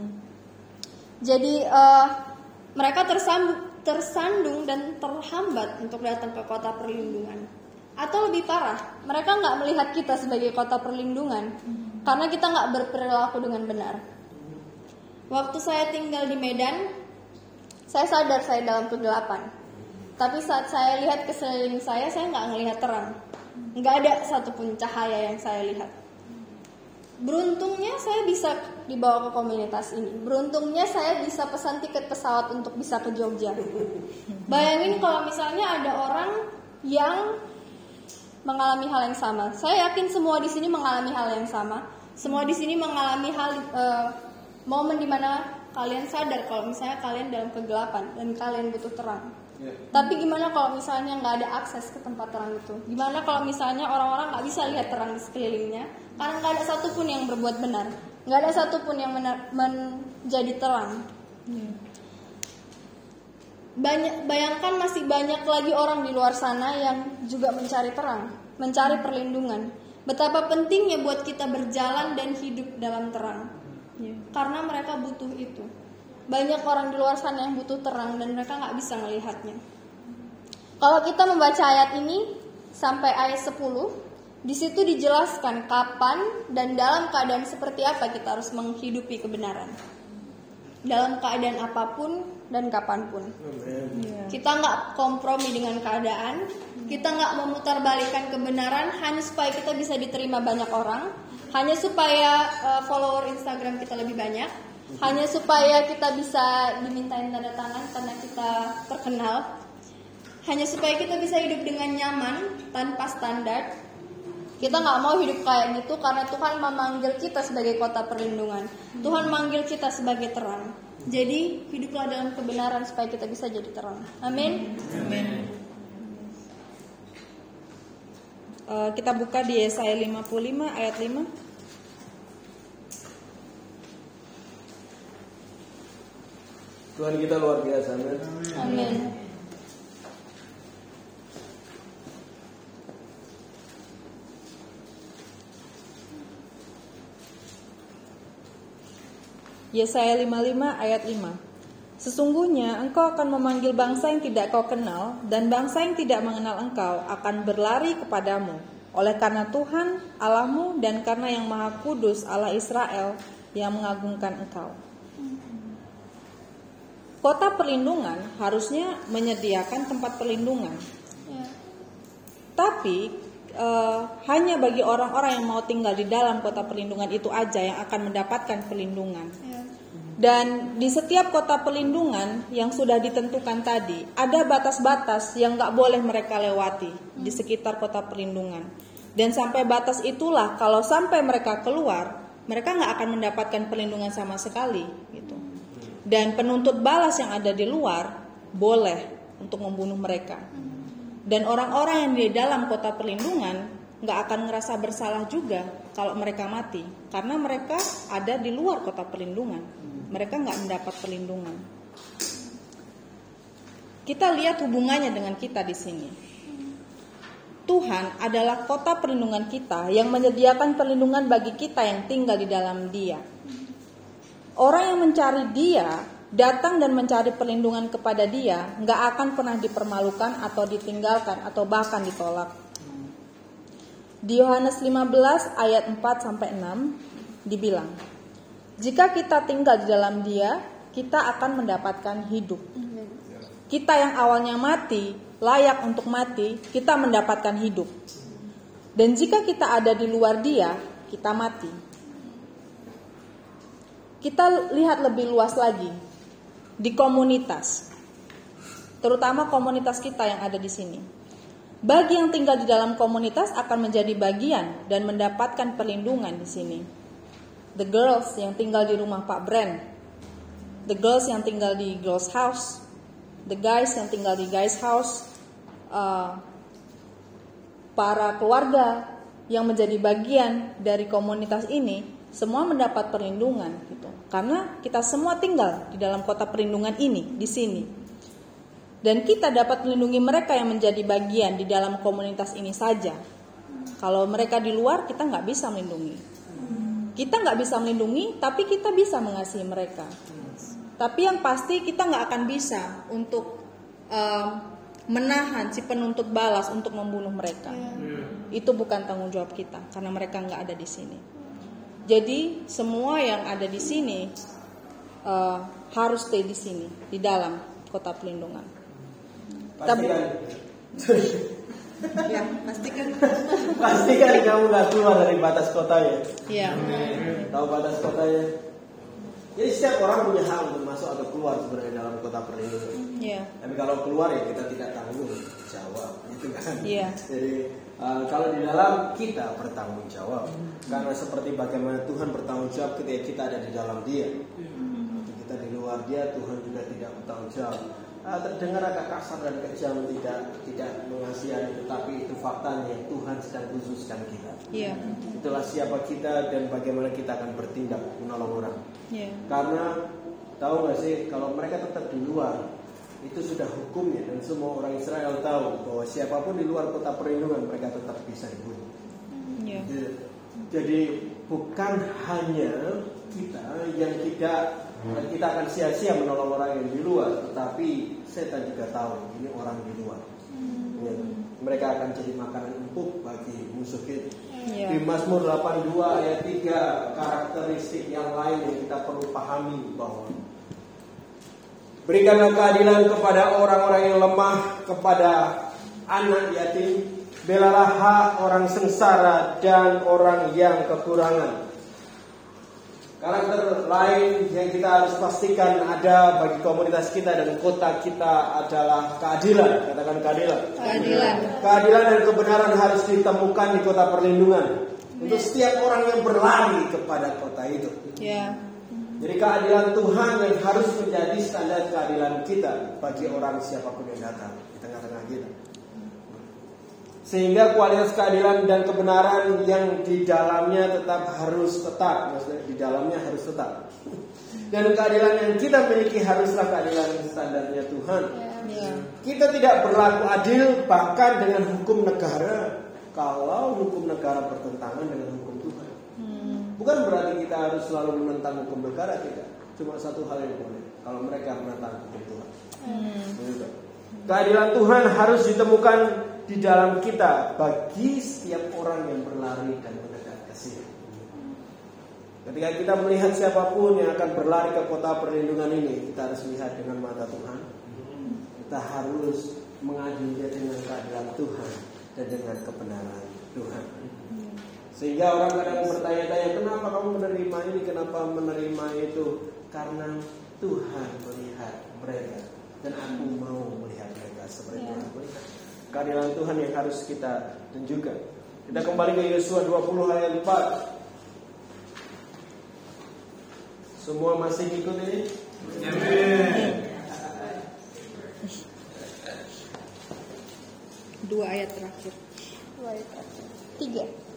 Jadi mereka tersandung dan terhambat untuk datang ke kota perlindungan. Atau lebih parah, mereka nggak melihat kita sebagai kota perlindungan karena kita nggak berperilaku dengan benar. Waktu saya tinggal di Medan, saya sadar saya dalam kegelapan. Tapi saat saya lihat ke sekeliling saya nggak ngelihat terang. Nggak ada satupun cahaya yang saya lihat. Beruntungnya saya bisa dibawa ke komunitas ini. Beruntungnya saya bisa pesan tiket pesawat untuk bisa ke Jogja. Bayangin kalau misalnya ada orang yang mengalami hal yang sama. Saya yakin semua di sini mengalami hal yang sama. Semua di sini mengalami momen dimana kalian sadar kalau misalnya kalian dalam kegelapan dan kalian butuh terang. Tapi gimana kalau misalnya nggak ada akses ke tempat terang itu? Gimana kalau misalnya orang-orang nggak bisa lihat terang di sekelilingnya? Karena nggak ada satupun yang berbuat benar, nggak ada satupun yang menjadi terang. Bayangkan masih banyak lagi orang di luar sana yang juga mencari terang, mencari perlindungan. Betapa pentingnya buat kita berjalan dan hidup dalam terang. Karena mereka butuh itu. Banyak orang di luar sana yang butuh terang dan mereka gak bisa melihatnya. Kalau kita membaca ayat ini sampai ayat 10, di situ dijelaskan kapan dan dalam keadaan seperti apa kita harus menghidupi kebenaran. Dalam keadaan apapun dan kapanpun. Kita gak kompromi dengan keadaan. Kita gak memutarbalikkan kebenaran hanya supaya kita bisa diterima banyak orang, hanya supaya follower Instagram kita lebih banyak, hanya supaya kita bisa dimintain tanda tangan karena kita terkenal, hanya supaya kita bisa hidup dengan nyaman tanpa standar. Kita gak mau hidup kayak gitu karena Tuhan memanggil kita sebagai kota perlindungan. Tuhan manggil kita sebagai terang. Jadi hiduplah dalam kebenaran supaya kita bisa jadi terang. Amin. Amin. Kita buka di Yesaya 55 ayat 5. Tuhan kita luar biasa. Amin. Amin. Yesaya 55 ayat 5. Sesungguhnya engkau akan memanggil bangsa yang tidak kau kenal, dan bangsa yang tidak mengenal engkau akan berlari kepadamu. Oleh karena Tuhan Allahmu dan karena yang Maha Kudus Allah Israel yang mengagungkan engkau. Kota perlindungan harusnya menyediakan tempat perlindungan. Tapi hanya bagi orang-orang yang mau tinggal di dalam kota perlindungan itu aja yang akan mendapatkan perlindungan. Dan di setiap kota perlindungan yang sudah ditentukan tadi, ada batas-batas yang gak boleh mereka lewati di sekitar kota perlindungan. Dan sampai batas itulah, kalau sampai mereka keluar, mereka gak akan mendapatkan perlindungan sama sekali gitu. Dan penuntut balas yang ada di luar boleh untuk membunuh mereka. Dan orang-orang yang di dalam kota perlindungan gak akan ngerasa bersalah juga kalau mereka mati, karena mereka ada di luar kota perlindungan. Mereka gak mendapat perlindungan. Kita lihat hubungannya dengan kita di sini. Tuhan adalah kota perlindungan kita yang menyediakan perlindungan bagi kita yang tinggal di dalam Dia. Orang yang mencari Dia, datang dan mencari perlindungan kepada Dia, gak akan pernah dipermalukan atau ditinggalkan atau bahkan ditolak. Di Yohanes 15 ayat 4-6 dibilang, jika kita tinggal di dalam Dia, kita akan mendapatkan hidup. Kita yang awalnya mati, layak untuk mati, kita mendapatkan hidup. Dan jika kita ada di luar Dia, kita mati. Kita lihat lebih luas lagi di komunitas, terutama komunitas kita yang ada di sini. Bagi yang tinggal di dalam komunitas akan menjadi bagian dan mendapatkan perlindungan di sini. The girls yang tinggal di rumah Pak Brand, the girls yang tinggal di girls house, the guys yang tinggal di guys house, para keluarga yang menjadi bagian dari komunitas ini, semua mendapat perlindungan gitu. Karena kita semua tinggal di dalam kota perlindungan ini, di sini. Dan kita dapat melindungi mereka yang menjadi bagian di dalam komunitas ini saja. Kalau mereka di luar, kita nggak bisa melindungi. Kita nggak bisa melindungi, tapi kita bisa mengasihi mereka. Tapi yang pasti kita nggak akan bisa untuk menahan si penuntut balas untuk membunuh mereka. Itu bukan tanggung jawab kita, karena mereka nggak ada di sini. Jadi semua yang ada di sini harus stay di sini, di dalam kota perlindungan. Pastikan. Ya, pastikan. Pastikan kamu nggak keluar dari batas kotanya. Iya. Tahu batas kotanya? Jadi setiap orang punya hak untuk masuk atau keluar sebenarnya dalam kota perlindungan. Iya. Tapi kalau keluar ya kita tidak tanggung jawab, gitu kan? Iya. Jadi kalau di dalam kita bertanggung jawab, karena seperti bagaimana Tuhan bertanggung jawab ketika kita ada di dalam Dia. Waktu kita di luar Dia, Tuhan juga tidak bertanggung jawab. Terdengar agak kasar dan kejam, tidak mengasihani, tetapi itu faktanya Tuhan sedang khususkan kita. Iya. Itulah siapa kita dan bagaimana kita akan bertindak menolong orang. Iya. Karena tahu nggak sih, kalau mereka tetap di luar, itu sudah hukumnya, dan semua orang Israel tahu bahwa siapapun di luar kota perlindungan mereka tetap bisa dibunuh. Ya. Jadi bukan hanya kita yang kita akan sia-sia menolong orang yang di luar, tetapi setan juga tahu ini orang di luar. Ya, mereka akan jadi makanan empuk bagi musuh kita. Ya. Di Mazmur 82 ayat 3, karakteristik yang lain yang kita perlu pahami bahwa berikanlah keadilan kepada orang-orang yang lemah, kepada anak yatim, belalah hak orang sengsara dan orang yang kekurangan. Karakter lain yang kita harus pastikan ada bagi komunitas kita dan kota kita adalah keadilan. Katakan keadilan. Keadilan. Keadilan dan kebenaran harus ditemukan di kota perlindungan untuk setiap orang yang berlari kepada kota itu. Ya. Jadi keadilan Tuhan yang harus menjadi standar keadilan kita bagi orang siapapun yang datang di tengah-tengah kita. Sehingga kualitas keadilan dan kebenaran yang di dalamnya maksudnya di dalamnya harus tetap. Dan keadilan yang kita miliki haruslah keadilan standarnya Tuhan. Ya. Kita tidak berlaku adil bahkan dengan hukum negara kalau hukum negara bertentangan dengan hukum Tuhan. Bukan berarti kita harus selalu menentang hukum negara, tidak. Cuma satu hal yang boleh, kalau mereka menentang hukum Tuhan. Keadilan Tuhan harus ditemukan di dalam kita bagi setiap orang yang berlari dan mendekat ke sini. Ketika kita melihat siapapun yang akan berlari ke kota perlindungan ini, kita harus lihat dengan mata Tuhan. Kita harus mengadili dengan keadilan Tuhan dan dengan kebenaran Tuhan. Sehingga orang kadang bertanya-tanya, kenapa kamu menerima ini, kenapa menerima itu? Karena Tuhan melihat mereka dan aku mau melihat mereka seperti Tuhan melihat. Keadilan Tuhan yang harus kita tunjukkan. Kita kembali ke Yosua 20 ayat 4. Semua masih ikut ini? Amin. 2 ayat terakhir. 3.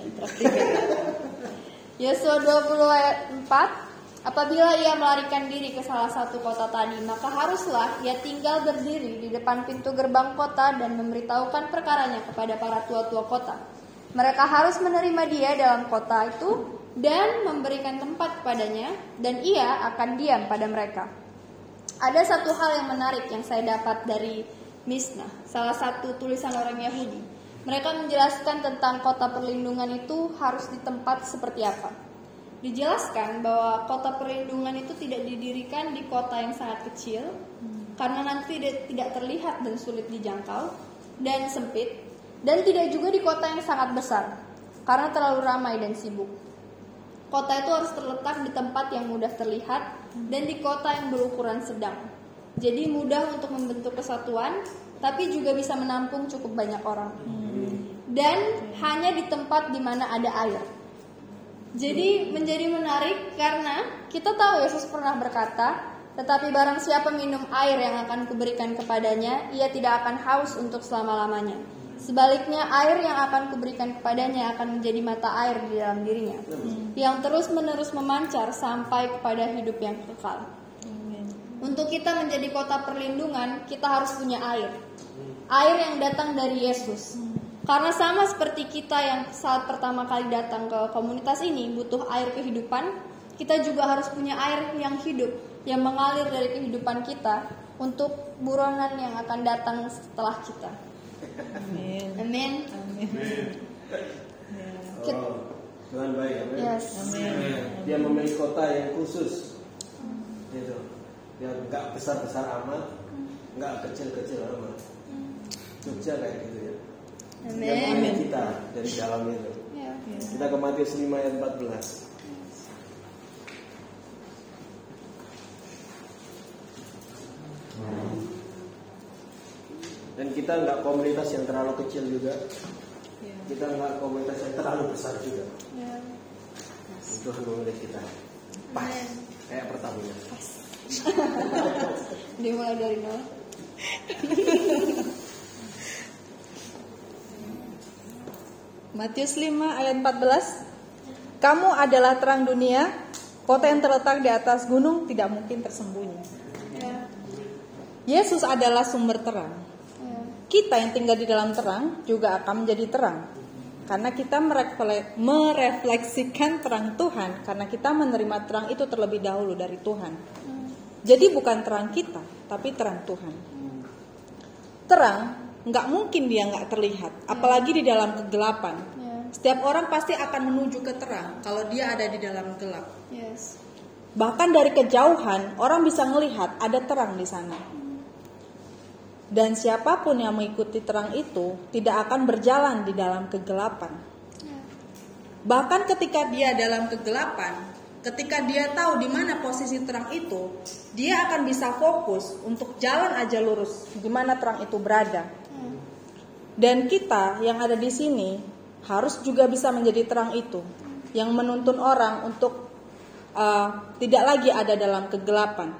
Yosua 20 ayat 4. Apabila ia melarikan diri ke salah satu kota tadi, maka haruslah ia tinggal berdiri di depan pintu gerbang kota dan memberitahukan perkaranya kepada para tua-tua kota. Mereka harus menerima dia dalam kota itu dan memberikan tempat kepadanya, dan ia akan diam pada mereka. Ada satu hal yang menarik yang saya dapat dari Mishnah, salah satu tulisan orang Yahudi. Mereka menjelaskan tentang kota perlindungan itu harus di tempat seperti apa. Dijelaskan bahwa kota perlindungan itu tidak didirikan di kota yang sangat kecil, karena nanti tidak terlihat dan sulit dijangkau dan sempit, dan tidak juga di kota yang sangat besar, karena terlalu ramai dan sibuk. Kota itu harus terletak di tempat yang mudah terlihat dan di kota yang berukuran sedang. Jadi mudah untuk membentuk kesatuan, tapi juga bisa menampung cukup banyak orang. Dan hanya di tempat di mana ada air. Jadi menjadi menarik karena kita tahu Yesus pernah berkata, tetapi barang siapa minum air yang akan kuberikan kepadanya, ia tidak akan haus untuk selama-lamanya. Sebaliknya air yang akan kuberikan kepadanya akan menjadi mata air di dalam dirinya, yang terus-menerus memancar sampai kepada hidup yang kekal. Untuk kita menjadi kota perlindungan, kita harus punya air. Air yang datang dari Yesus. Karena sama seperti kita yang saat pertama kali datang ke komunitas ini butuh air kehidupan, kita juga harus punya air yang hidup, yang mengalir dari kehidupan kita untuk buronan yang akan datang setelah kita. Amin. Amin. Amin. Tuhan baik, amin. Yes. Amin. Dia memiliki kota yang khusus. Gitu. Dia enggak besar-besar amat, enggak kecil-kecil amat. Jogja kayak gitu ya. Dia Amin. memiliki kita dari dalam itu. Ya. Kita ke Matius 5 ayat 14. Dan kita enggak komunitas yang terlalu kecil juga. Kita enggak komunitas yang terlalu besar juga. Ya. Tuhan memilih kita pas kayak pertamanya. Dimulai dari nol. Matius 5 ayat 14. Kamu adalah terang dunia, kota yang terletak di atas gunung tidak mungkin tersembunyi. Ya. Yesus adalah sumber terang. Ya. Kita yang tinggal di dalam terang juga akan menjadi terang. karena kita merefleksikan terang Tuhan, karena kita menerima terang itu terlebih dahulu dari Tuhan. Jadi bukan terang kita, tapi terang Tuhan. Terang nggak mungkin dia nggak terlihat, apalagi di dalam kegelapan. Setiap orang pasti akan menuju ke terang kalau dia ada di dalam gelap. Bahkan dari kejauhan orang bisa melihat ada terang di sana. Dan siapapun yang mengikuti terang itu tidak akan berjalan di dalam kegelapan. Bahkan ketika dia dalam kegelapan, ketika dia tahu di mana posisi terang itu, dia akan bisa fokus untuk jalan aja lurus di mana terang itu berada. Dan kita yang ada di sini harus juga bisa menjadi terang itu, yang menuntun orang untuk tidak lagi ada dalam kegelapan.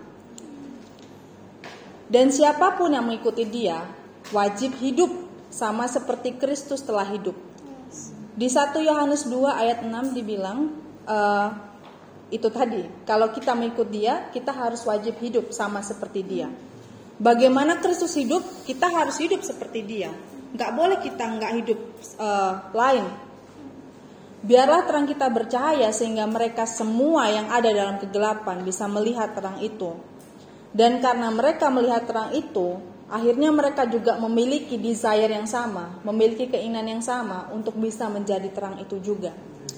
Dan siapapun yang mengikuti dia wajib hidup sama seperti Kristus telah hidup. Di 1 Yohanes 2 ayat 6 dibilang itu tadi, kalau kita mengikut dia, kita harus wajib hidup sama seperti dia. Bagaimana Kristus hidup, kita harus hidup seperti dia. Gak boleh kita gak hidup lain. Biarlah terang kita bercahaya sehingga mereka semua yang ada dalam kegelapan bisa melihat terang itu. Dan karena mereka melihat terang itu, akhirnya mereka juga memiliki desire yang sama, memiliki keinginan yang sama untuk bisa menjadi terang itu juga.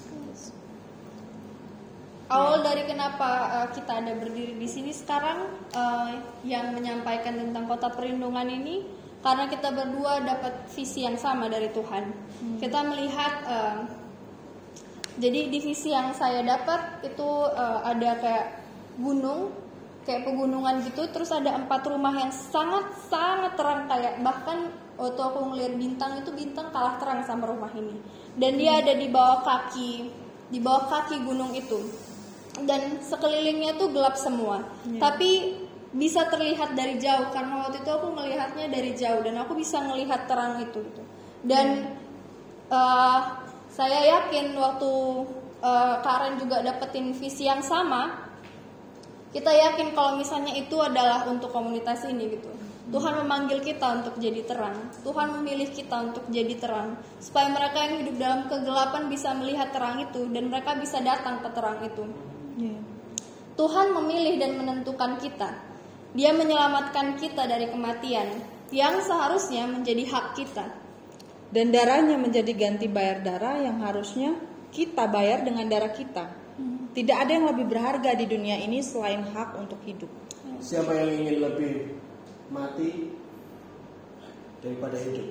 Awal dari kenapa kita ada berdiri di sini sekarang, yang menyampaikan tentang kota perlindungan ini, karena kita berdua dapat visi yang sama dari Tuhan. Kita melihat, jadi di visi yang saya dapat itu ada kayak gunung, kayak pegunungan gitu, terus ada 4 rumah yang sangat terang, kayak bahkan waktu aku ngeliat bintang itu, bintang kalah terang sama rumah ini. Dan dia ada di bawah kaki gunung itu. Dan sekelilingnya tuh gelap semua. Tapi bisa terlihat dari jauh, karena waktu itu aku melihatnya dari jauh dan aku bisa melihat terang itu gitu. Dan saya yakin waktu Karen juga dapetin visi yang sama, kita yakin kalau misalnya itu adalah untuk komunitas ini gitu. Tuhan memanggil kita untuk jadi terang. Tuhan memilih kita untuk jadi terang, supaya mereka yang hidup dalam kegelapan bisa melihat terang itu dan mereka bisa datang ke terang itu. Tuhan memilih dan menentukan kita. Dia menyelamatkan kita dari kematian yang seharusnya menjadi hak kita. Dan darahnya menjadi ganti bayar darah yang harusnya kita bayar dengan darah kita. Tidak ada yang lebih berharga di dunia ini selain hak untuk hidup. Siapa yang ingin lebih mati daripada hidup?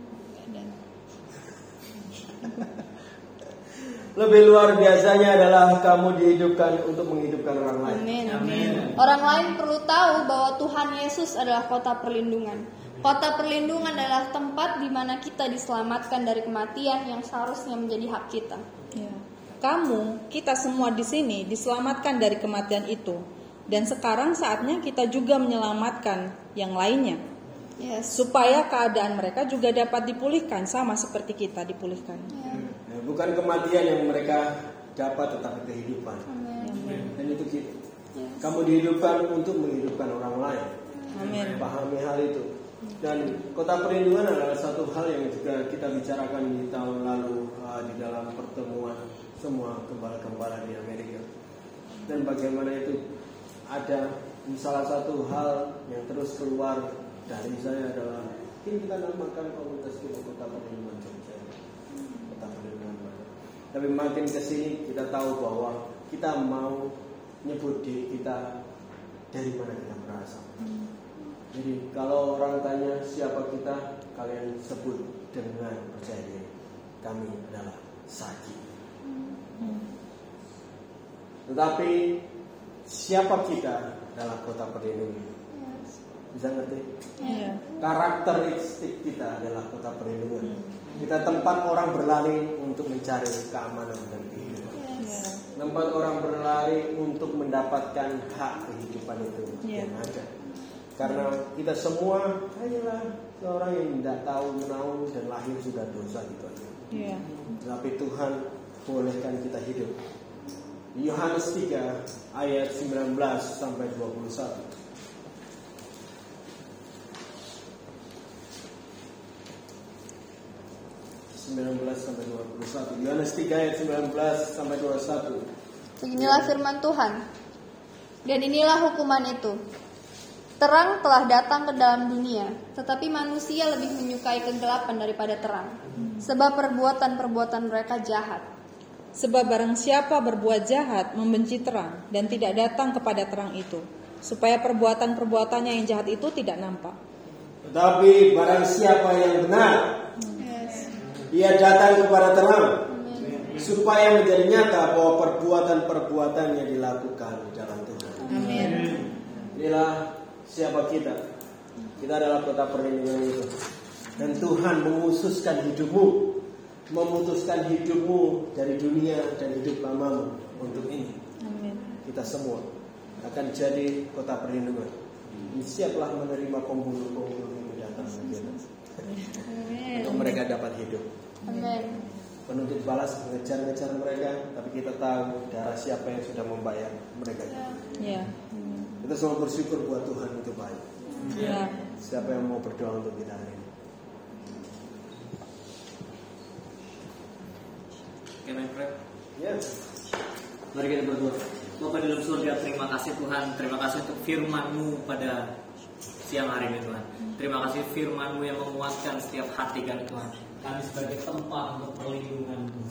Lebih luar biasanya adalah kamu dihidupkan untuk menghidupkan orang lain. Amin. Orang lain perlu tahu bahwa Tuhan Yesus adalah kota perlindungan. Kota perlindungan adalah tempat di mana kita diselamatkan dari kematian yang seharusnya menjadi hak kita. Kamu, kita semua di sini diselamatkan dari kematian itu. Dan sekarang saatnya kita juga menyelamatkan yang lainnya. Supaya keadaan mereka juga dapat dipulihkan sama seperti kita dipulihkan. Bukan kematian yang mereka dapat, tetapi kehidupan. Dan itu kita. Kamu dihidupkan untuk menghidupkan orang lain. Pahami hal itu. Dan kota perlindungan adalah satu hal yang juga kita bicarakan di tahun lalu di dalam pertemuan semua gembala-gembala di Amerika. Dan bagaimana itu ada salah satu hal yang terus keluar dari saya adalah mungkin kita namakan komunitas kita kota perlindungan Jogja, kota perlindungan. Tapi makin kesini kita tahu bahwa kita mau nyebut diri kita dari mana kita berasal. Jadi kalau orang tanya siapa kita, kalian sebut dengan percaya diri, kami adalah Saki. Tetapi siapa kita adalah kota perlindungan? Bisa ngerti? Karakteristik kita adalah kota perlindungan. Kita tempat orang berlari untuk mencari keamanan dan kehidupan. Tempat orang berlari untuk mendapatkan hak kehidupan itu yang ada. Karena kita semua hanyalah seorang yang tidak tahu menahu dan lahir sudah dosa gitu aja. Tapi Tuhan bolehkan kita hidup. Yohanes 3 ayat 19 sampai 21. 19 sampai 21. Yohanes 3 ayat 19 sampai 21. Beginilah firman Tuhan. Dan inilah hukuman itu. Terang telah datang ke dalam dunia, tetapi manusia lebih menyukai kegelapan daripada terang, sebab perbuatan-perbuatan mereka jahat. Sebab barang siapa berbuat jahat membenci terang dan tidak datang kepada terang itu, supaya perbuatan-perbuatannya yang jahat itu tidak nampak. Tetapi barang siapa yang benar, ia datang kepada terang, supaya menjadi nyata bahwa perbuatan-perbuatannya dilakukan di dalam Tuhan. Amin. Inilah siapa kita. Kita adalah kota perlindungan itu. Dan Tuhan mengususkan hidupmu, memutuskan hidupmu dari dunia dan hidup lamamu untuk ini. Amin. Kita semua akan jadi kota perlindungan. Siaplah menerima pembunuh-pembunuh itu datang untuk mereka dapat hidup. Amin. Penuntut balas mengejar-ngejar mereka, tapi kita tahu darah siapa yang sudah membayar mereka. Ya. Kita semua bersyukur buat Tuhan itu baik. Ya. Siapa yang mau berdoa untuk kita hari ini? Can I pray? Yes. Mari kita berdoa. Bapa di dalam surga, terima kasih Tuhan. Terima kasih untuk firman-Mu pada siang hari ini Tuhan. Terima kasih firman-Mu yang menguatkan setiap hati kami Tuhan. Kami sebagai tempat untuk perlindungan